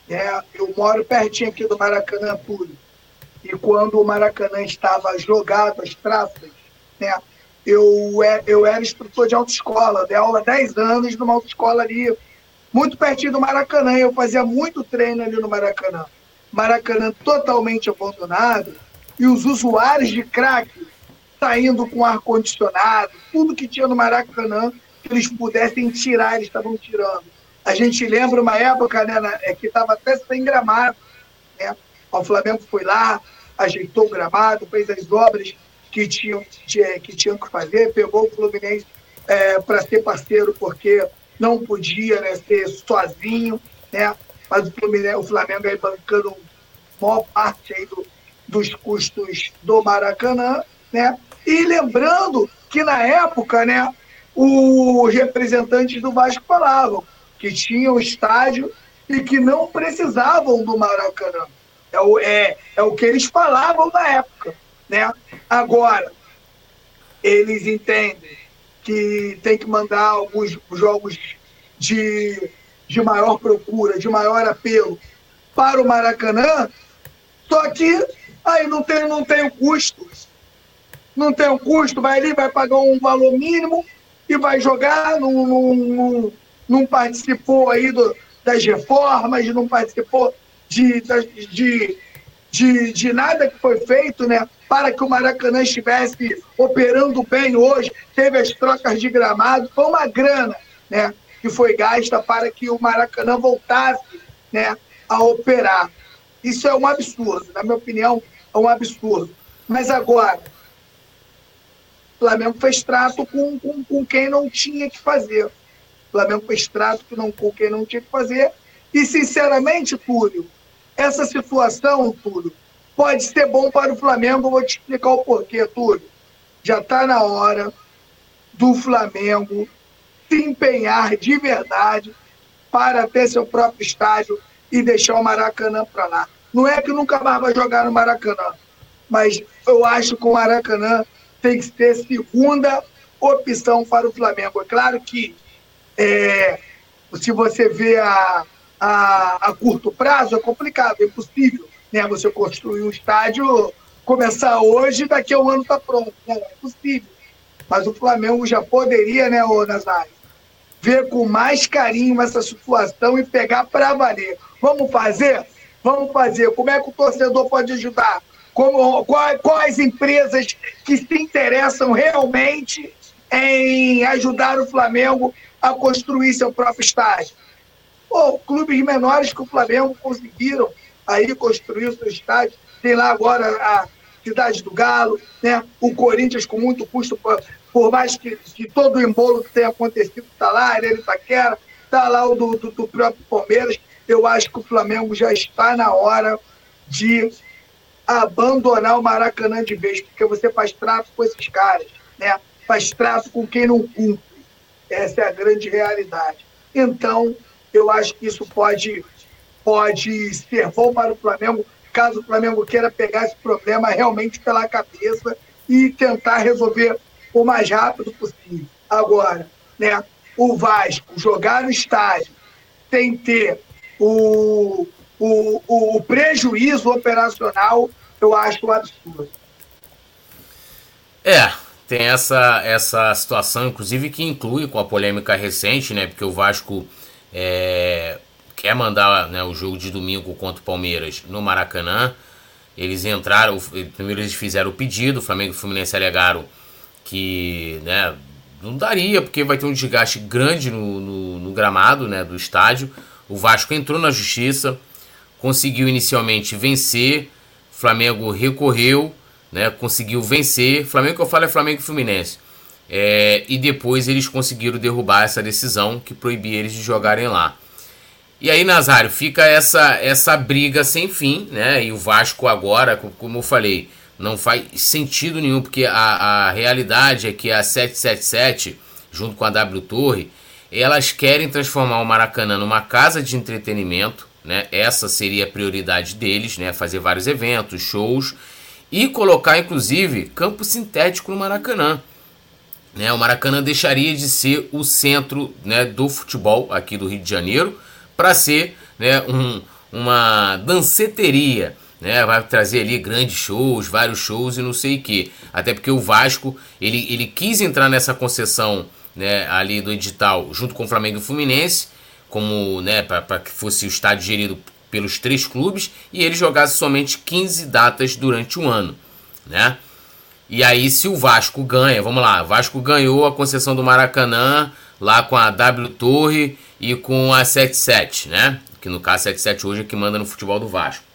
Eu moro pertinho aqui do Maracanã Público. E quando o Maracanã estava jogado, as traças, né, eu era instrutor de autoescola, dei aula há 10 anos numa autoescola ali, muito pertinho do Maracanã. Eu fazia muito treino ali no Maracanã. Maracanã totalmente abandonado e os usuários de crack saindo com ar-condicionado, tudo que tinha no Maracanã que eles pudessem tirar, eles estavam tirando. A gente lembra uma época, né, que estava até sem gramado, né? O Flamengo foi lá, ajeitou o gramado, fez as obras que tinham que fazer, pegou o Fluminense para ser parceiro, porque não podia, né, ser sozinho, né? Mas o Flamengo aí bancando a maior parte aí dos custos do Maracanã, né? E lembrando que na época, né, os representantes do Vasco falavam que tinham estádio e que não precisavam do Maracanã. É o que eles falavam na época, né? Agora, eles entendem que tem que mandar alguns jogos de maior procura, de maior apelo para o Maracanã, só que aí não tem o custo. Não tem o custo, vai ali, vai pagar um valor mínimo e vai jogar, não participou aí das reformas, não participou de nada que foi feito, né, para que o Maracanã estivesse operando bem hoje. Teve as trocas de gramado, foi uma grana, né, que foi gasta para que o Maracanã voltasse, né, a operar. Isso é um absurdo, na minha opinião, é um absurdo. Mas agora, o Flamengo fez trato com quem não tinha que fazer. O Flamengo fez trato com quem não tinha que fazer. E, sinceramente, Túlio, essa situação, Túlio, pode ser bom para o Flamengo. Eu vou te explicar o porquê, Túlio. Já está na hora do Flamengo se empenhar de verdade para ter seu próprio estádio e deixar o Maracanã para lá. Não é que nunca mais vai jogar no Maracanã, mas eu acho que o Maracanã tem que ser segunda opção para o Flamengo. É claro que se você vê a curto prazo, é complicado, é impossível, né? Você construir um estádio, começar hoje, daqui a um ano está pronto. Não, é possível. Mas o Flamengo já poderia, né, ô Nazário, ver com mais carinho essa situação e pegar para valer. Vamos fazer? Vamos fazer. Como é que o torcedor pode ajudar? Quais empresas que se interessam realmente em ajudar o Flamengo a construir seu próprio estádio? Clubes menores que o Flamengo conseguiram aí construir o seu estádio. Tem lá agora a Cidade do Galo, né? O Corinthians com muito custo, por mais que todo o embolo que tenha acontecido está lá, Arena Itaquera, está lá o do próprio Palmeiras. Eu acho que o Flamengo já está na hora de abandonar o Maracanã de vez, porque você faz trato com esses caras, né? Faz trato com quem não cumpre. Essa é a grande realidade. Então, eu acho que isso pode ser bom para o Flamengo, caso o Flamengo queira pegar esse problema realmente pela cabeça e tentar resolver o mais rápido possível. Agora, né, o Vasco jogar no estádio sem ter o prejuízo operacional, eu acho um absurdo. Tem essa situação, inclusive, que inclui com a polêmica recente, né? Porque o Vasco quer mandar, né, o jogo de domingo contra o Palmeiras no Maracanã. Eles entraram, primeiro eles fizeram o pedido, o Flamengo e o Fluminense alegaram que, né, não daria, porque vai ter um desgaste grande no gramado, né, do estádio. O Vasco entrou na justiça, conseguiu inicialmente vencer, o Flamengo recorreu, né, conseguiu vencer. Flamengo que eu falo é Flamengo e Fluminense. E depois eles conseguiram derrubar essa decisão que proibia eles de jogarem lá. E aí, Nazário, fica essa briga sem fim, né? E o Vasco agora, como eu falei, não faz sentido nenhum, porque a realidade é que a 777, junto com a W Torre, elas querem transformar o Maracanã numa casa de entretenimento, né? Essa seria a prioridade deles, né? Fazer vários eventos, shows e colocar, inclusive, campo sintético no Maracanã. Né? O Maracanã deixaria de ser o centro, né, do futebol aqui do Rio de Janeiro para ser, né, uma danceteria. Né? Vai trazer ali grandes shows, vários shows e não sei o que. Até porque o Vasco ele quis entrar nessa concessão, né, ali do edital junto com o Flamengo e o Fluminense, como, né, para que fosse o estádio gerido pelos 3 clubes e ele jogasse somente 15 datas durante um ano, né? E aí, se o Vasco ganha, vamos lá, o Vasco ganhou a concessão do Maracanã lá com a W Torre e com a 77, né? Que no caso a 77 hoje é que manda no futebol do Vasco.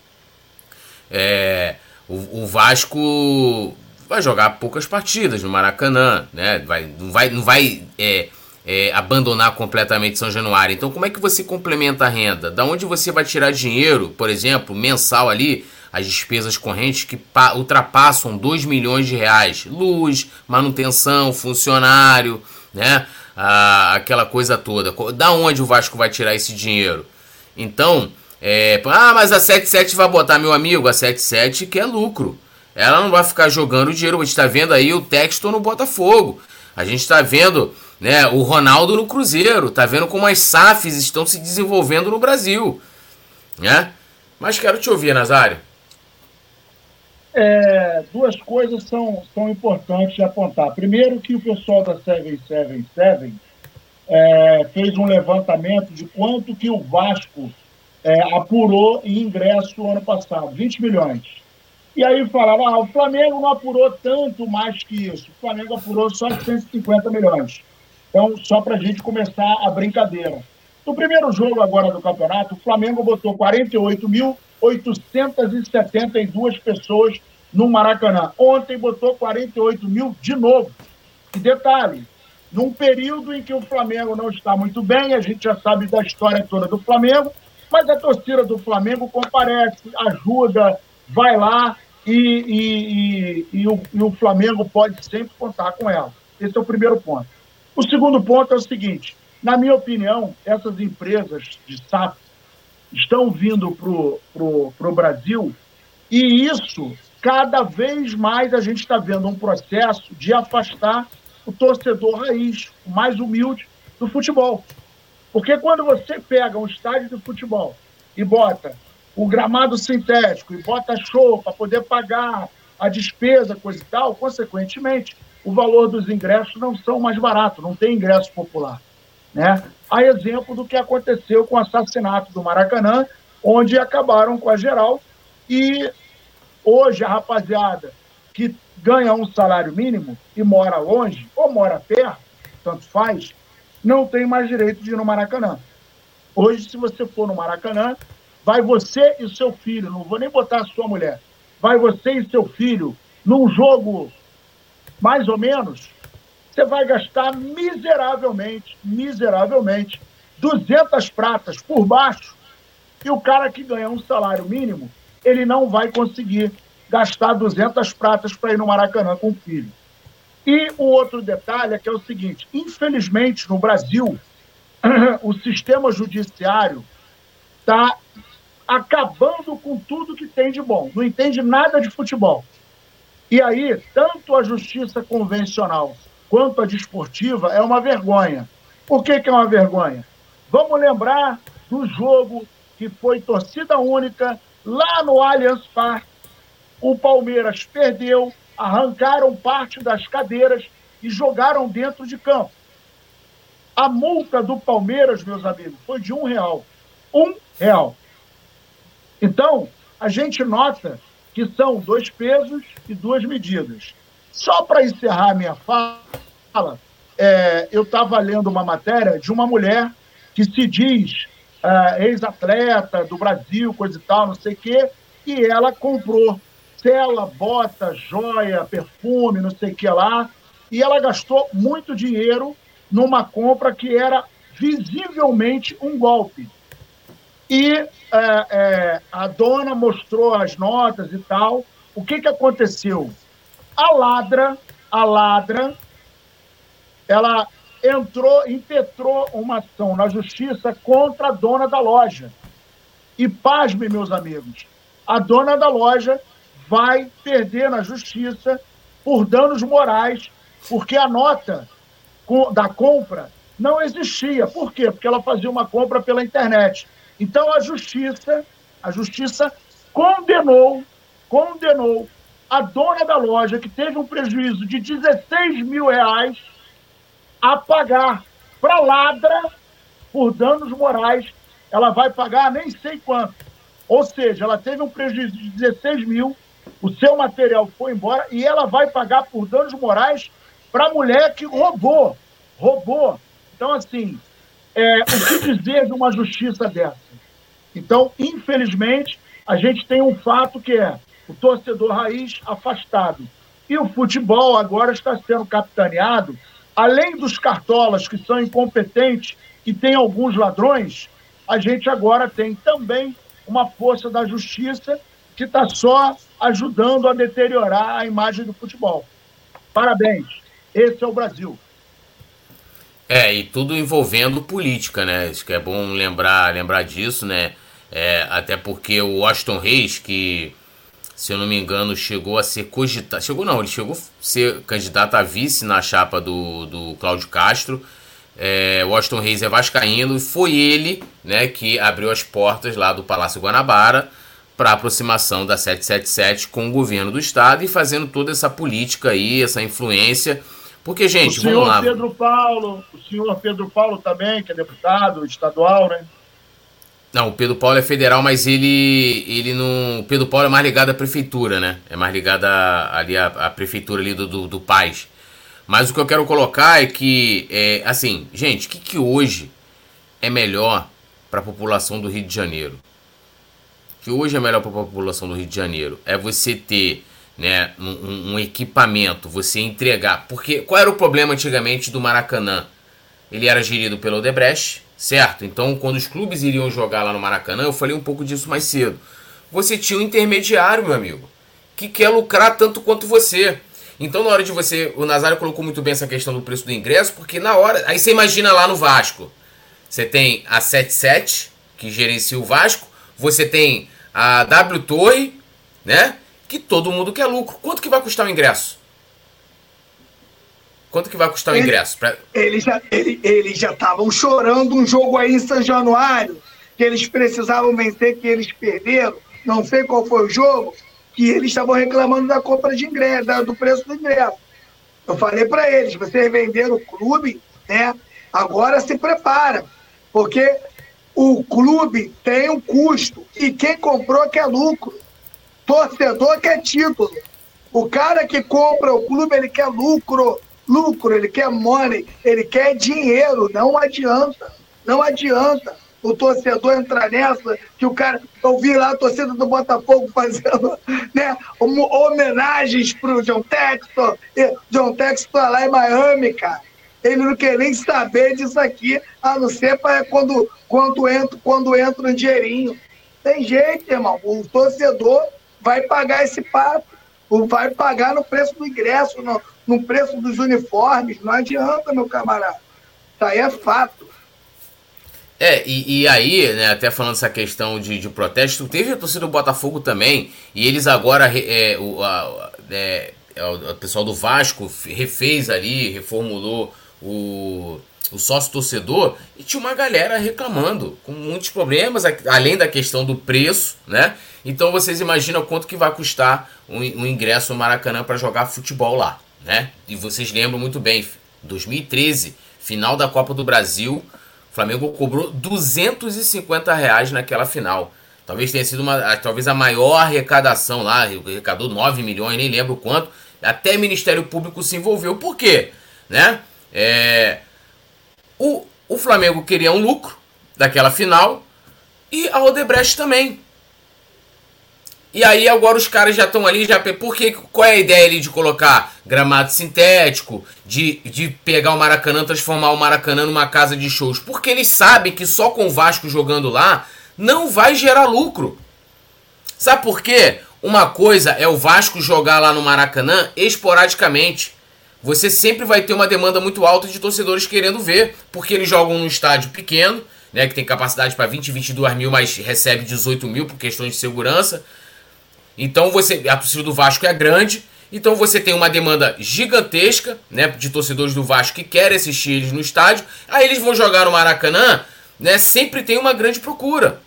O Vasco vai jogar poucas partidas no Maracanã, né? Não vai abandonar completamente São Januário. Então, como é que você complementa a renda? Da onde você vai tirar dinheiro, por exemplo, mensal ali, as despesas correntes que ultrapassam 2 milhões de reais? Luz, manutenção, funcionário, né? Aquela coisa toda. Da onde o Vasco vai tirar esse dinheiro? Então, mas a 77 vai botar, meu amigo, a 77 quer lucro. Ela não vai ficar jogando dinheiro. A gente está vendo aí o Textor no Botafogo. A gente está vendo, né, o Ronaldo no Cruzeiro. Está vendo como as SAFs estão se desenvolvendo no Brasil. Né? Mas quero te ouvir, Nazário. Duas coisas são importantes de apontar. Primeiro, que o pessoal da 777 fez um levantamento de quanto que o Vasco apurou em ingresso ano passado, 20 milhões. E aí falaram, o Flamengo não apurou tanto mais que isso. O Flamengo apurou só 150 milhões. Então, só para a gente começar a brincadeira. No primeiro jogo agora do campeonato, o Flamengo botou 48.872 pessoas no Maracanã. Ontem botou 48 mil de novo. E detalhe, num período em que o Flamengo não está muito bem, a gente já sabe da história toda do Flamengo, mas a torcida do Flamengo comparece, ajuda, vai lá e o Flamengo pode sempre contar com ela. Esse é o primeiro ponto. O segundo ponto é o seguinte, na minha opinião, essas empresas de SAF estão vindo pro Brasil e isso, cada vez mais a gente está vendo um processo de afastar o torcedor raiz, o mais humilde do futebol. Porque quando você pega um estádio de futebol e bota o gramado sintético e bota show para poder pagar a despesa, coisa e tal, consequentemente, o valor dos ingressos não são mais baratos, não tem ingresso popular. Né? A exemplo do que aconteceu com o assassinato do Maracanã, onde acabaram com a geral e hoje a rapaziada que ganha um salário mínimo e mora longe ou mora perto, tanto faz, não tem mais direito de ir no Maracanã. Hoje, se você for no Maracanã, vai você e seu filho, não vou nem botar a sua mulher, vai você e seu filho num jogo mais ou menos, você vai gastar miseravelmente 200 pratas por baixo e o cara que ganha um salário mínimo, ele não vai conseguir gastar 200 pratas para ir no Maracanã com o filho. E o outro detalhe é que é o seguinte, infelizmente, no Brasil, o sistema judiciário está acabando com tudo que tem de bom. Não entende nada de futebol. E aí, tanto a justiça convencional quanto a desportiva é uma vergonha. Por que é uma vergonha? Vamos lembrar do jogo que foi torcida única lá no Allianz Parque. O Palmeiras perdeu, arrancaram parte das cadeiras e jogaram dentro de campo. A multa do Palmeiras, meus amigos, foi de R$1. R$1. Então, a gente nota que são 2 pesos e 2 medidas. Só para encerrar a minha fala, eu estava lendo uma matéria de uma mulher que se diz ex-atleta do Brasil, coisa e tal, não sei o quê, e ela comprou tela, bota, joia, perfume, não sei o que lá, e ela gastou muito dinheiro numa compra que era visivelmente um golpe. E a dona mostrou as notas e tal. O que aconteceu? A ladra, ela impetrou uma ação na justiça contra a dona da loja. E pasme, meus amigos, a dona da loja vai perder na justiça por danos morais, porque a nota da compra não existia. Por quê? Porque ela fazia uma compra pela internet. Então, a justiça condenou a dona da loja, que teve um prejuízo de R$16 mil, a pagar para a ladra por danos morais. Ela vai pagar nem sei quanto. Ou seja, ela teve um prejuízo de 16 mil, o seu material foi embora e ela vai pagar por danos morais para a mulher que roubou. Então, assim, o que dizer de uma justiça dessa? Então, infelizmente, a gente tem um fato que é o torcedor raiz afastado. E o futebol agora está sendo capitaneado, além dos cartolas que são incompetentes e tem alguns ladrões, a gente agora tem também uma força da justiça que está só ajudando a deteriorar a imagem do futebol. Parabéns, esse é o Brasil. E tudo envolvendo política, né? Acho que é bom lembrar disso, né? Até porque o Washington Reis, que, se eu não me engano, chegou a ser cogitado... Ele chegou a ser candidato a vice na chapa do Cláudio Castro. O Washington Reis é vascaíno e foi ele, né, que abriu as portas lá do Palácio Guanabara para a aproximação da 777 com o governo do estado e fazendo toda essa política aí, essa influência. Porque, gente, vamos lá. O senhor Pedro Paulo também, que é deputado estadual, né? Não, o Pedro Paulo é federal, mas ele não... O Pedro Paulo é mais ligado à prefeitura, né? É mais ligado ali à prefeitura ali do Paz. Mas o que eu quero colocar é que, assim, gente, o que hoje é melhor para a população do Rio de Janeiro? O que hoje é melhor para a população do Rio de Janeiro é você ter, né, um equipamento, você entregar. Porque qual era o problema antigamente do Maracanã? Ele era gerido pelo Odebrecht, certo? Então, quando os clubes iriam jogar lá no Maracanã, eu falei um pouco disso mais cedo. Você tinha um intermediário, meu amigo, que quer lucrar tanto quanto você. Então, na hora de você... O Nazário colocou muito bem essa questão do preço do ingresso, porque na hora... Aí você imagina lá no Vasco. Você tem a 77, que gerencia o Vasco. Você tem a W Torre, né? Que todo mundo quer lucro. Quanto que vai custar o ingresso? Quanto que vai custar o ingresso? Eles já estavam chorando um jogo aí em São Januário, que eles precisavam vencer, que eles perderam. Não sei qual foi o jogo, que eles estavam reclamando da compra de ingresso, do preço do ingresso. Eu falei para eles, vocês venderam o clube, né? Agora se prepara, porque o clube tem um custo e quem comprou quer lucro. Torcedor quer título. O cara que compra o clube, ele quer lucro, ele quer money, ele quer dinheiro. Não adianta o torcedor entrar nessa, que o cara... Eu vi lá a torcida do Botafogo fazendo, né, homenagens pro John Textor. John Textor lá em Miami, cara. Ele não quer nem saber disso aqui, a não ser para quando entra um dinheirinho. Tem jeito, irmão. O torcedor vai pagar esse pato, vai pagar no preço do ingresso, no preço dos uniformes. Não adianta, meu camarada. Isso aí é fato. E aí, né, até falando essa questão de protesto, teve a torcida do Botafogo também, e eles agora, o pessoal do Vasco refez ali, reformulou o sócio torcedor, e tinha uma galera reclamando, com muitos problemas, além da questão do preço, né? Então vocês imaginam quanto que vai custar um ingresso no Maracanã para jogar futebol lá, né? E vocês lembram muito bem, 2013, final da Copa do Brasil, o Flamengo cobrou R$250 naquela final. Talvez tenha sido talvez a maior arrecadação lá, arrecadou 9 milhões, nem lembro quanto. Até o Ministério Público se envolveu. Por quê? Né? O Flamengo queria um lucro daquela final e a Odebrecht também. E aí agora os caras já estão ali, qual é a ideia ali de colocar gramado sintético, de pegar o Maracanã, transformar o Maracanã numa casa de shows? Porque eles sabem que só com o Vasco jogando lá não vai gerar lucro. Sabe por quê? Uma coisa é o Vasco jogar lá no Maracanã esporadicamente. Você sempre vai ter uma demanda muito alta de torcedores querendo ver, porque eles jogam num estádio pequeno, né, que tem capacidade para 20, 22 mil, mas recebe 18 mil por questões de segurança. Então a torcida do Vasco é grande, então você tem uma demanda gigantesca, né, de torcedores do Vasco que querem assistir eles no estádio. Aí eles vão jogar no Maracanã, né, sempre tem uma grande procura.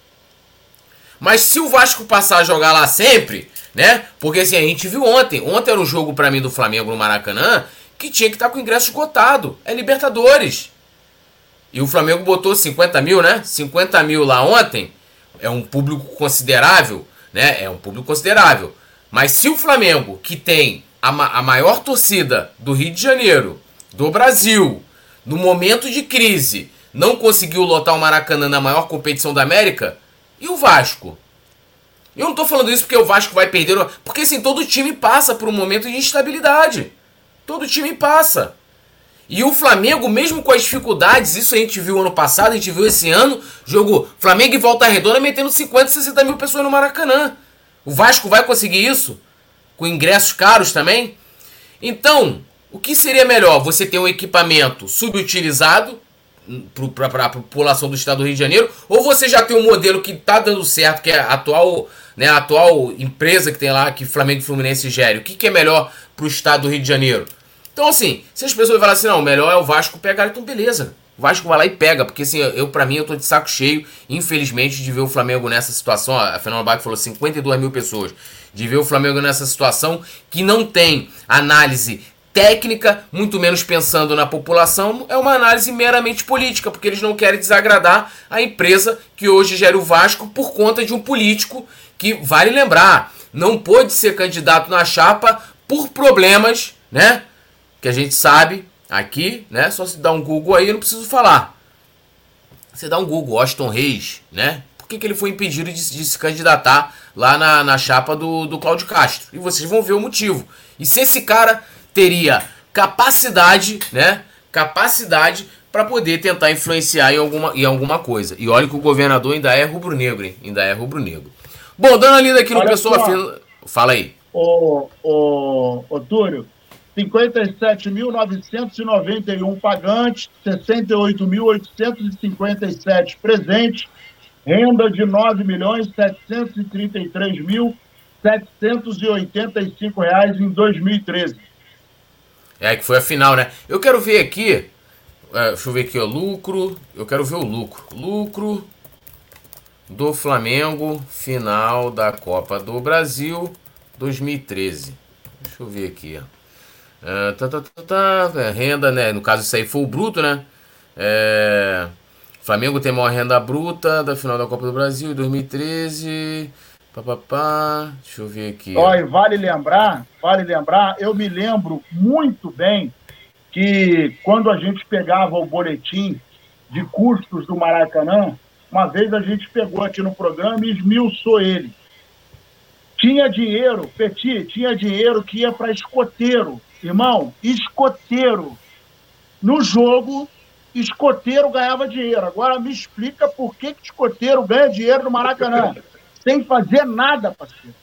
Mas se o Vasco passar a jogar lá sempre, né, porque assim, a gente viu ontem era um jogo pra mim do Flamengo no Maracanã, que tinha que estar com o ingresso esgotado, é Libertadores. E o Flamengo botou 50 mil, né, 50 mil lá ontem, é um público considerável, né? É um público considerável. Mas se o Flamengo, que tem a maior torcida do Rio de Janeiro, do Brasil, no momento de crise, não conseguiu lotar o Maracanã na maior competição da América, e o Vasco? Eu não tô falando isso porque o Vasco vai perder, porque assim, todo time passa por um momento de instabilidade. Todo time passa. E o Flamengo, mesmo com as dificuldades, isso a gente viu ano passado, a gente viu esse ano, jogo Flamengo e Volta Redonda metendo 50, 60 mil pessoas no Maracanã. O Vasco vai conseguir isso? Com ingressos caros também? Então, o que seria melhor? Você ter um equipamento subutilizado para a população do estado do Rio de Janeiro, ou você já tem um modelo que está dando certo, que é a atual empresa que tem lá, que Flamengo e Fluminense gere? O que é melhor para o estado do Rio de Janeiro? Então, assim, se as pessoas falarem assim, não, melhor é o Vasco pegar, então beleza. O Vasco vai lá e pega, porque assim, pra mim, eu tô de saco cheio, infelizmente, de ver o Flamengo nessa situação. A Fernanda Bach falou 52 mil pessoas. De ver o Flamengo nessa situação que não tem análise técnica, muito menos pensando na população, é uma análise meramente política, porque eles não querem desagradar a empresa que hoje gera o Vasco por conta de um político que, vale lembrar, não pôde ser candidato na chapa por problemas, né? Que a gente sabe aqui, né? Só se dá um Google aí, eu não preciso falar. Você dá um Google, Washington Reis, né? Por que ele foi impedido de se candidatar lá na chapa do Cláudio Castro? E vocês vão ver o motivo. E se esse cara teria capacidade, né? Capacidade para poder tentar influenciar em alguma coisa. E olha que o governador ainda é rubro-negro, hein? Ainda é rubro-negro. Bom, dando a lida aqui no pessoal... Fala aí. Ô, Túlio, 57.991 pagantes, 68.857 presentes, renda de R$ 9.733.785 em 2013. Que foi a final, né? Eu quero ver aqui, deixa eu ver aqui, ó, lucro, eu quero ver o lucro do Flamengo, final da Copa do Brasil 2013. Deixa eu ver aqui, ó. Renda, né? No caso, isso aí foi o bruto, né? Flamengo tem maior renda bruta da final da Copa do Brasil em 2013. Deixa eu ver aqui. Olha, vale lembrar, eu me lembro muito bem que quando a gente pegava o boletim de custos do Maracanã, uma vez a gente pegou aqui no programa e esmiuçou ele. Tinha dinheiro, Petit, que ia para escoteiro. Irmão, escoteiro. No jogo, escoteiro ganhava dinheiro. Agora me explica por que escoteiro ganha dinheiro no Maracanã. Sem fazer nada, parceiro.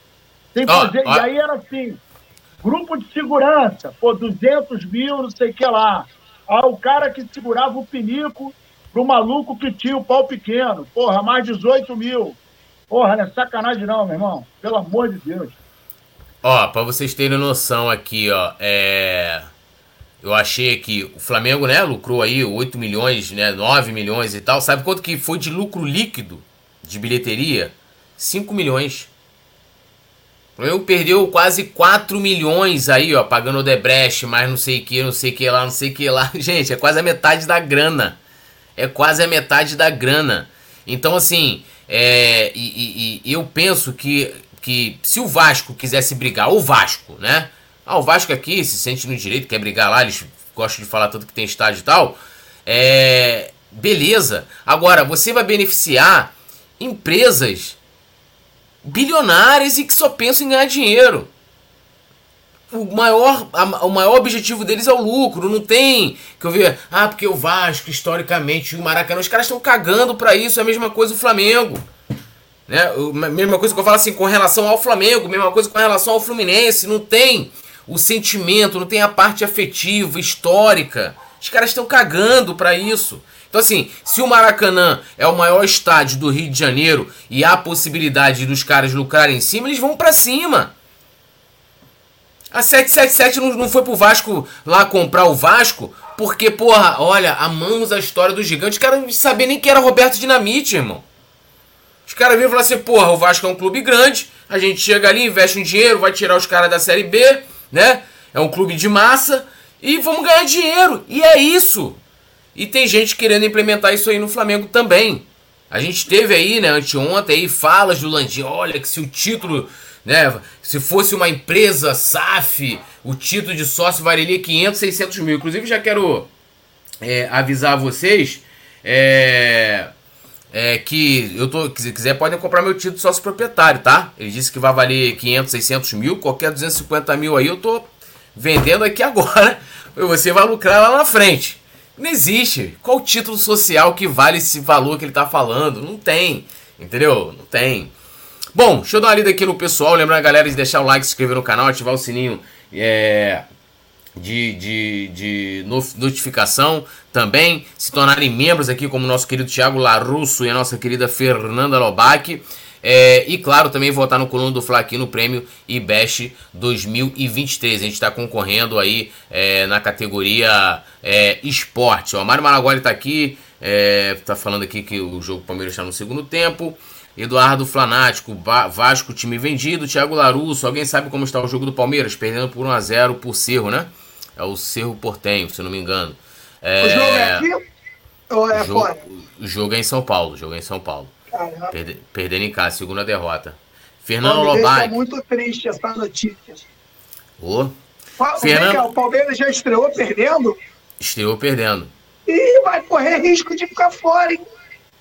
Sem fazer, e aí era assim, grupo de segurança, pô, 200 mil, não sei o que lá. Ah, o cara que segurava o pinico pro maluco que tinha o pau pequeno. Porra, mais 18 mil. Porra, não é sacanagem não, meu irmão. Pelo amor de Deus. Ó, pra vocês terem noção aqui, ó, eu achei que o Flamengo, né, lucrou aí 8 milhões, né, 9 milhões e tal. Sabe quanto que foi de lucro líquido de bilheteria? 5 milhões. O Flamengo perdeu quase 4 milhões aí, ó, pagando o Debrecht, mais não sei o que, não sei o que lá, não sei o que lá. Gente, é quase a metade da grana. É quase a metade da grana. Então, assim, eu penso que se o Vasco quisesse brigar, o Vasco, né? Ah, o Vasco aqui se sente no direito, quer brigar lá, eles gostam de falar tanto que tem estádio e tal. Beleza. Agora, você vai beneficiar empresas bilionárias e que só pensam em ganhar dinheiro. O maior objetivo deles é o lucro. Não tem que eu ver, porque o Vasco, historicamente, o Maracanã, os caras estão cagando pra isso. É a mesma coisa o Flamengo, né? Mesma coisa que eu falo assim com relação ao Flamengo, mesma coisa com relação ao Fluminense. Não tem o sentimento, não tem a parte afetiva, histórica. Os caras estão cagando pra isso. Então, assim, se o Maracanã é o maior estádio do Rio de Janeiro e há a possibilidade dos caras lucrarem em cima, eles vão pra cima. A 777 não foi pro Vasco lá comprar o Vasco porque, porra, olha, amamos a história do gigante. Os caras não sabiam nem que era Roberto Dinamite, irmão. Os caras viram e falaram assim, porra, o Vasco é um clube grande, a gente chega ali, investe um dinheiro, vai tirar os caras da Série B, né? É um clube de massa e vamos ganhar dinheiro. E é isso. E tem gente querendo implementar isso aí no Flamengo também. A gente teve aí, né, anteontem, aí, falas do Landim. Olha, que se o título, né, se fosse uma empresa SAF, o título de sócio valeria 500, 600 mil. Inclusive, já quero avisar vocês que se quiser, podem comprar meu título de sócio proprietário, tá? Ele disse que vai valer 500, 600 mil. Qualquer 250 mil aí eu tô vendendo aqui agora. E você vai lucrar lá na frente. Não existe. Qual título social que vale esse valor que ele tá falando? Não tem. Entendeu? Não tem. Bom, deixa eu dar uma lida aqui no pessoal. Lembrando a galera de deixar o like, se inscrever no canal, ativar o sininho de notificação. Também se tornarem membros aqui, como o nosso querido Thiago Larusso e a nossa querida Fernanda Lobac. E claro, também votar no Coluna do Fla aqui no Prêmio IBEST 2023. A gente está concorrendo aí na categoria esporte. O Mário Maragoli está aqui, tá falando aqui que o jogo Palmeiras está no segundo tempo. Eduardo Flanático, Vasco, time vendido. Thiago Larusso, alguém sabe como está o jogo do Palmeiras? Perdendo por 1-0 por Cerro, né? É o Cerro Porteño, se eu não me engano. O jogo é aqui ou é fora? O jogo é em São Paulo, Perdendo em casa, segunda derrota. Fernando Lobac. Lobac. É muito triste essa notícia. O Palmeiras já estreou perdendo? Estreou perdendo. E vai correr risco de ficar fora, hein?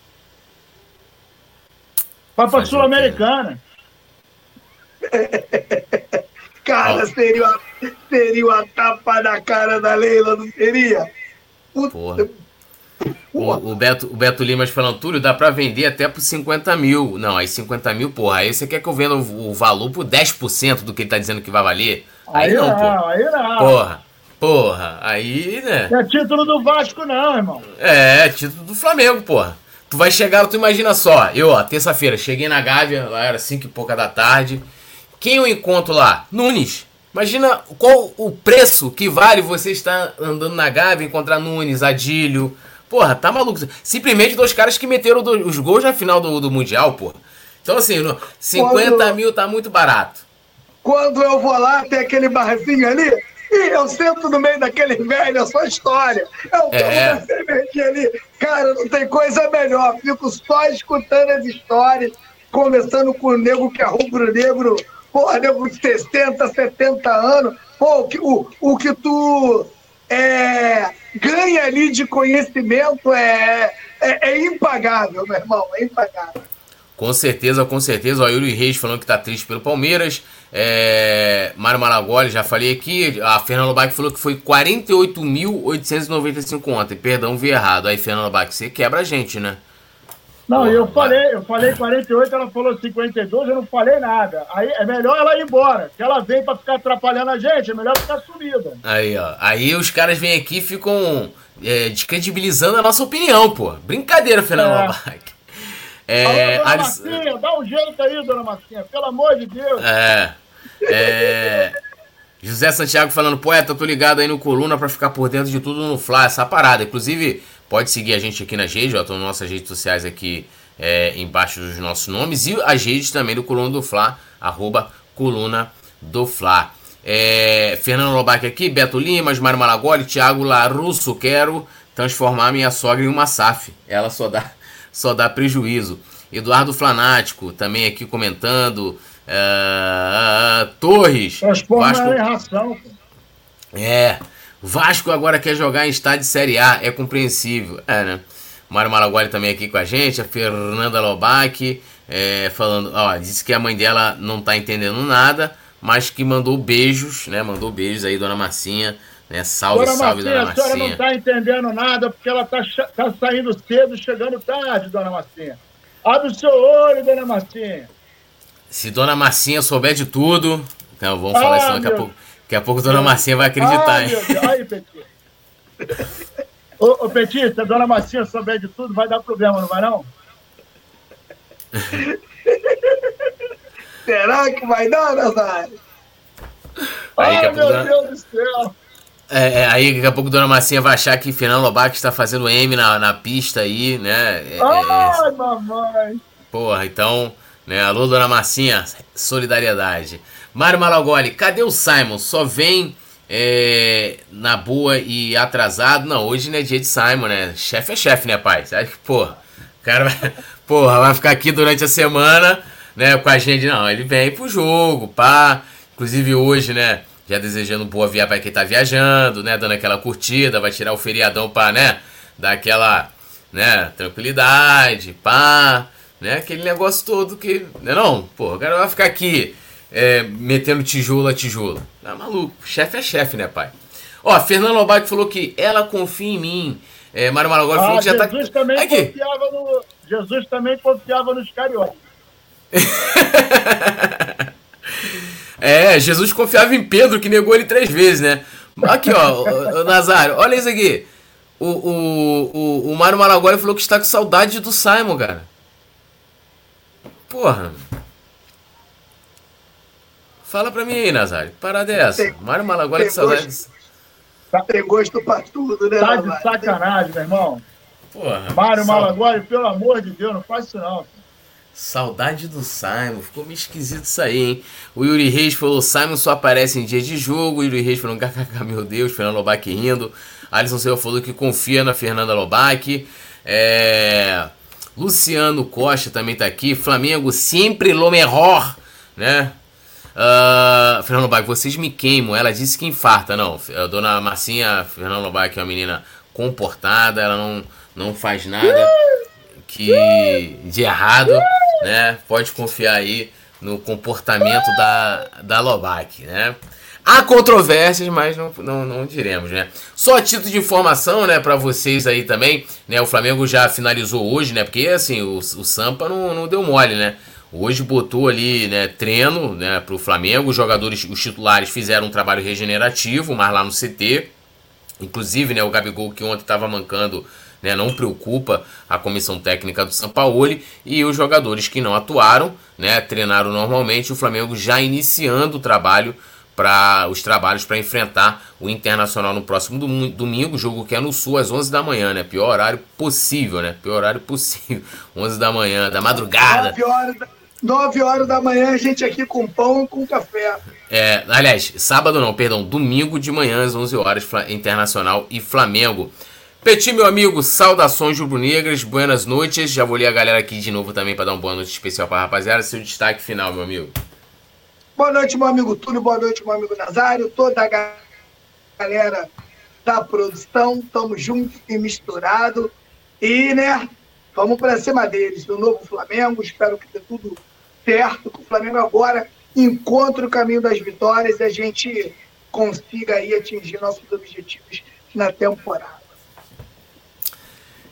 Vai pra Sul-Americana. Cara, seria uma tapa na cara da Leila, não seria? Porra. O Beto Limas falando, Túlio, dá pra vender até por 50 mil. Não, aí 50 mil, porra, aí você quer que eu venda o valor por 10% do que ele tá dizendo que vai valer? Aí não, porra. Aí não. Porra, aí, né? Não é título do Vasco não, irmão. É título do Flamengo, porra. Tu vai chegar, tu imagina só, terça-feira, cheguei na Gávea, lá era 5 e pouca da tarde. Quem eu encontro lá? Nunes. Imagina qual o preço que vale você estar andando na Gávea e encontrar Nunes, Adílio. Porra, tá maluco. Simplesmente 2 caras que meteram os gols na final do Mundial, porra. Então, assim, 50 mil tá muito barato. Quando eu vou lá, tem aquele barzinho ali, e eu sento no meio daquele velho, é só história. Eu tomo uma cervejinha ali. Cara, não tem coisa melhor. Fico só escutando as histórias, conversando com o nego que é rubro-negro, porra, nego de 60, 70 anos. Pô, o que tu ganha ali de conhecimento é impagável, meu irmão, é impagável. Com certeza. O Yuri Reis falando que tá triste pelo Palmeiras. Mário Maragoli, já falei aqui. A Fernanda Lobac falou que foi 48.895 ontem. Perdão, vi errado. Aí, Fernanda Lobac, você quebra a gente, né? Não, eu falei 48, ela falou 52, eu não falei nada. Aí é melhor ela ir embora, que ela vem pra ficar atrapalhando a gente, é melhor ficar sumida. Aí, ó. Aí os caras vêm aqui e ficam descredibilizando a nossa opinião, pô. Brincadeira, Fernando Lobac. Alô, dona Marcinha, dá um jeito aí, dona Marcinha, pelo amor de Deus. José Santiago falando, poeta, tô ligado aí no Coluna pra ficar por dentro de tudo no Fla, essa parada. Inclusive, pode seguir a gente aqui nas redes, ó, estão nas nossas redes sociais aqui embaixo dos nossos nomes. E as redes também do Coluna do Fla, @Coluna do Fla. Fernando Lobac aqui, Beto Limas, Mário Malagoli, Thiago Larusso, quero transformar minha sogra em uma SAF. Ela só dá prejuízo. Eduardo Flanático também aqui comentando. Torres. Transforma ela em ração. Vasco agora quer jogar em estádio de Série A. É compreensível. Né? Mário Malagoli também aqui com a gente. A Fernanda Lobac falando. Disse que a mãe dela não tá entendendo nada, mas que mandou beijos, né? Mandou beijos aí, dona Marcinha. Né? Salve, dona Marcinha, dona Marcinha. A senhora não tá entendendo nada porque ela tá saindo cedo, chegando tarde, dona Marcinha. Abre o seu olho, dona Marcinha. Se dona Marcinha souber de tudo... Então, vamos falar isso daqui a pouco dona Marcinha vai acreditar, hein? Meu Deus. Aí, Petit. Ô, Petit, se a dona Marcinha souber de tudo, vai dar problema, não vai não? Será que vai dar, Nazário? Meu Deus do céu. Aí daqui a pouco dona Marcinha vai achar que Fernando Lobac está fazendo M na pista aí, né? Ai, mamãe. Porra, então... Né? Alô, dona Marcinha, solidariedade. Mário Malagoli, cadê o Simon? Só vem na boa e atrasado. Não, hoje não é dia de Simon, né? Chefe é chefe, né, pai? Você acha que, porra, o cara vai ficar aqui durante a semana, né, com a gente? Não, ele vem pro jogo, pá. Inclusive hoje, né, já desejando boa viagem pra quem tá viajando, né, dando aquela curtida, vai tirar o feriadão pra, né, dar aquela, né, tranquilidade, pá. Né? Aquele negócio todo que... Não, pô, o cara vai ficar aqui metendo tijolo a tijolo. Tá maluco. Chefe é chefe, né, pai? Ó, Fernando Lobac falou que ela confia em mim. Mário Malagoli falou que já Jesus tá... Jesus também confiava nos cariocas. Jesus confiava em Pedro, que negou ele 3 vezes, né? Aqui, ó, Nazário, olha isso aqui. O Mário Malagoli falou que está com saudade do Simon, cara. Porra. Fala pra mim aí, Nazário. Parada é essa? Mário Malagoli de saudades. Tem gosto pra tudo, né? Tá de sacanagem, meu irmão. Porra. Mário Malagoli, pelo amor de Deus, não faz isso não. Saudade do Simon. Ficou meio esquisito isso aí, hein? O Yuri Reis falou, Simon só aparece em dia de jogo. O Yuri Reis falou, meu Deus, Fernando Lobac rindo. Alisson Silva falou que confia na Fernanda Lobac. Luciano Costa também tá aqui. Flamengo sempre lo melhor, né? Fernando Lobac, vocês me queimam. Ela disse que infarta. Não, a dona Marcinha, Fernando Lobac é uma menina comportada. Ela não faz nada de errado, né? Pode confiar aí no comportamento da Lobac, né? Há controvérsias, mas não diremos, né? Só a título de informação, né, para vocês aí também, né? O Flamengo já finalizou hoje, né? Porque, assim, o Sampa não deu mole, né? Hoje botou ali, né, treino, né, pro Flamengo. Os jogadores, os titulares fizeram um trabalho regenerativo, mas lá no CT. Inclusive, né, o Gabigol, que ontem estava mancando, né, não preocupa a comissão técnica do Sampaoli. E os jogadores que não atuaram, né, treinaram normalmente. O Flamengo já iniciando os trabalhos para enfrentar o Internacional no próximo domingo, jogo que é no Sul, às 11 da manhã, né? Pior horário possível, né? 11 da manhã, da madrugada. 9 horas da manhã, a gente aqui com pão e com café. Aliás, domingo de manhã, às 11 horas, Internacional e Flamengo. Petit, meu amigo, saudações rubro-negras, buenas noites. Já vou ler a galera aqui de novo também para dar uma boa noite especial para a rapaziada. Seu destaque final, meu amigo. Boa noite, meu amigo Túlio, boa noite, meu amigo Nazário, toda a galera da produção, tamo junto e misturado. E, né, vamos para cima deles, do novo Flamengo, espero que dê tudo certo, que o Flamengo agora encontre o caminho das vitórias e a gente consiga aí atingir nossos objetivos na temporada.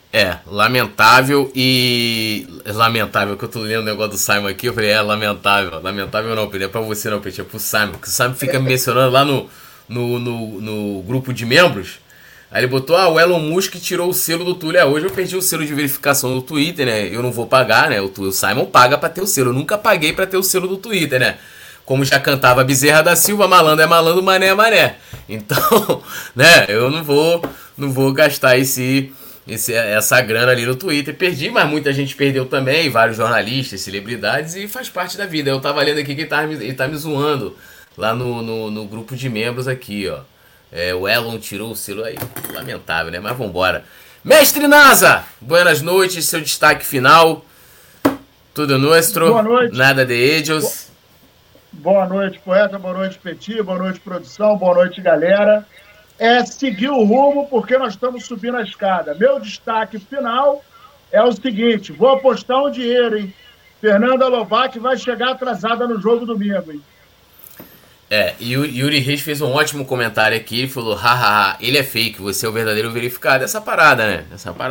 Lamentável que eu tô lendo o negócio do Simon aqui, eu falei, lamentável não, Pedro, é pra você não, Pedro, é pro Simon, porque o Simon fica me mencionando lá no grupo de membros, aí ele botou, o Elon Musk tirou o selo do Túlio, hoje eu perdi o selo de verificação do Twitter, né, eu não vou pagar, né, o Simon paga pra ter o selo, eu nunca paguei pra ter o selo do Twitter, né, como já cantava Bezerra da Silva, malandro é malandro, mané é mané, então, né, eu não vou gastar essa grana ali no Twitter, perdi, mas muita gente perdeu também, vários jornalistas, celebridades, e faz parte da vida. Eu tava lendo aqui que ele tá me zoando lá no grupo de membros aqui, ó. O Elon tirou o selo aí, lamentável, né? Mas vambora. Mestre Nasa, buenas noites, seu destaque final. Tudo nuestro, boa noite. Nada de ellos. Boa noite, poeta, boa noite, Petit, boa noite, produção, boa noite, galera. Seguir o rumo, porque nós estamos subindo a escada. Meu destaque final é o seguinte, vou apostar um dinheiro, hein? Fernanda Lobac vai chegar atrasada no jogo domingo, hein? E o Yuri Reis fez um ótimo comentário aqui, ele falou, ele é fake, você é o verdadeiro verificado. Essa parada, né?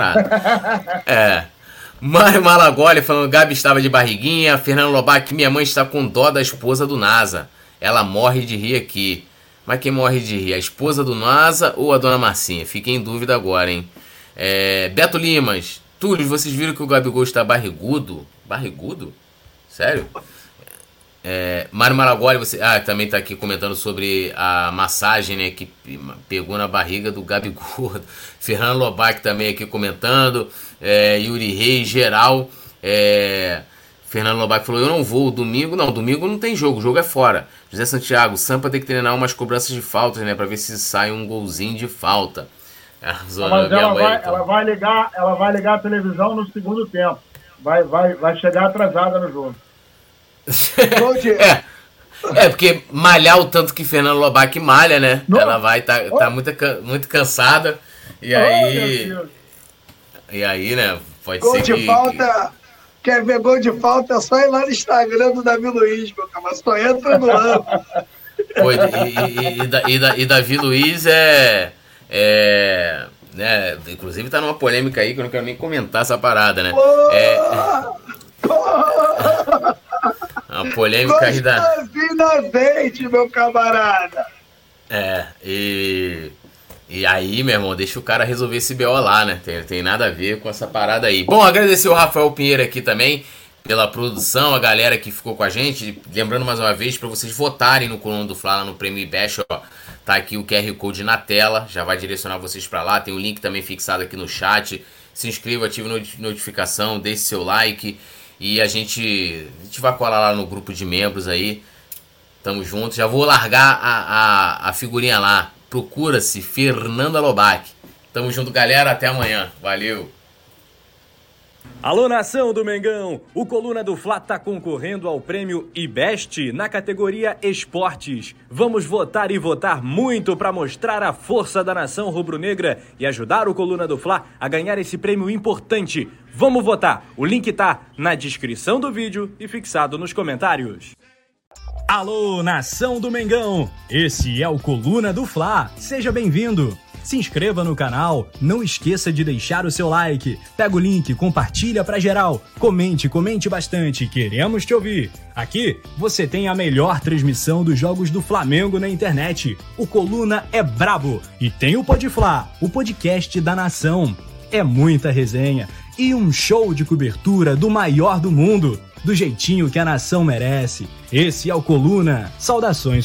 Mário Malagoli falando, Gabi estava de barriguinha, Fernanda Lobac, minha mãe está com dó da esposa do NASA. Ela morre de rir aqui. Mas quem morre de rir? A esposa do NASA ou a dona Marcinha? Fiquei em dúvida agora, hein? Beto Limas. Túlio, vocês viram que o Gabigol está barrigudo? Barrigudo? Sério? Mário Maragoli, você também está aqui comentando sobre a massagem, né, que pegou na barriga do Gabigol. Fernando Lobac também aqui comentando. Yuri Reis, geral. Fernando Lobac falou, eu não vou domingo. Não, domingo não tem jogo, o jogo é fora. José Santiago, Sampa tem que treinar umas cobranças de faltas, né, pra ver se sai um golzinho de falta. Mas ela vai ligar a televisão no segundo tempo. Vai chegar atrasada no jogo. Porque malhar o tanto que Fernando Lobac malha, né? Não. Ela vai tá muito cansada. E aí, né, pode gol ser de falta. Quer ver gol de falta? É só ir lá no Instagram do Davi Luiz, meu cara. Só entra no ano. E Davi Luiz né, inclusive tá numa polêmica aí que eu não quero nem comentar essa parada, né? A polêmica aí da vida verde, meu camarada. E aí, meu irmão, deixa o cara resolver esse BO lá, né? Tem nada a ver com essa parada aí. Bom, agradecer o Rafael Pinheiro aqui também pela produção, a galera que ficou com a gente. Lembrando mais uma vez para vocês votarem no Coluna do Fla lá no Prêmio IBEST, ó. Tá aqui o QR Code na tela, já vai direcionar vocês para lá. Tem o link também fixado aqui no chat. Se inscreva, ative notificação, deixe seu like. E a gente vai colar lá no grupo de membros aí. Tamo junto. Já vou largar a figurinha lá. Procura-se Fernanda Lobac. Tamo junto, galera. Até amanhã. Valeu. Alô, nação do Mengão! O Coluna do Fla tá concorrendo ao prêmio IBEST na categoria Esportes. Vamos votar e votar muito para mostrar a força da nação rubro-negra e ajudar o Coluna do Fla a ganhar esse prêmio importante. Vamos votar! O link tá na descrição do vídeo e fixado nos comentários. Alô, nação do Mengão! Esse é o Coluna do Fla. Seja bem-vindo! Se inscreva no canal, não esqueça de deixar o seu like, pega o link, compartilha pra geral, comente bastante, queremos te ouvir. Aqui você tem a melhor transmissão dos jogos do Flamengo na internet. O Coluna é brabo e tem o Podfla, o podcast da nação. É muita resenha e um show de cobertura do maior do mundo, do jeitinho que a nação merece. Esse é o Coluna. Saudações.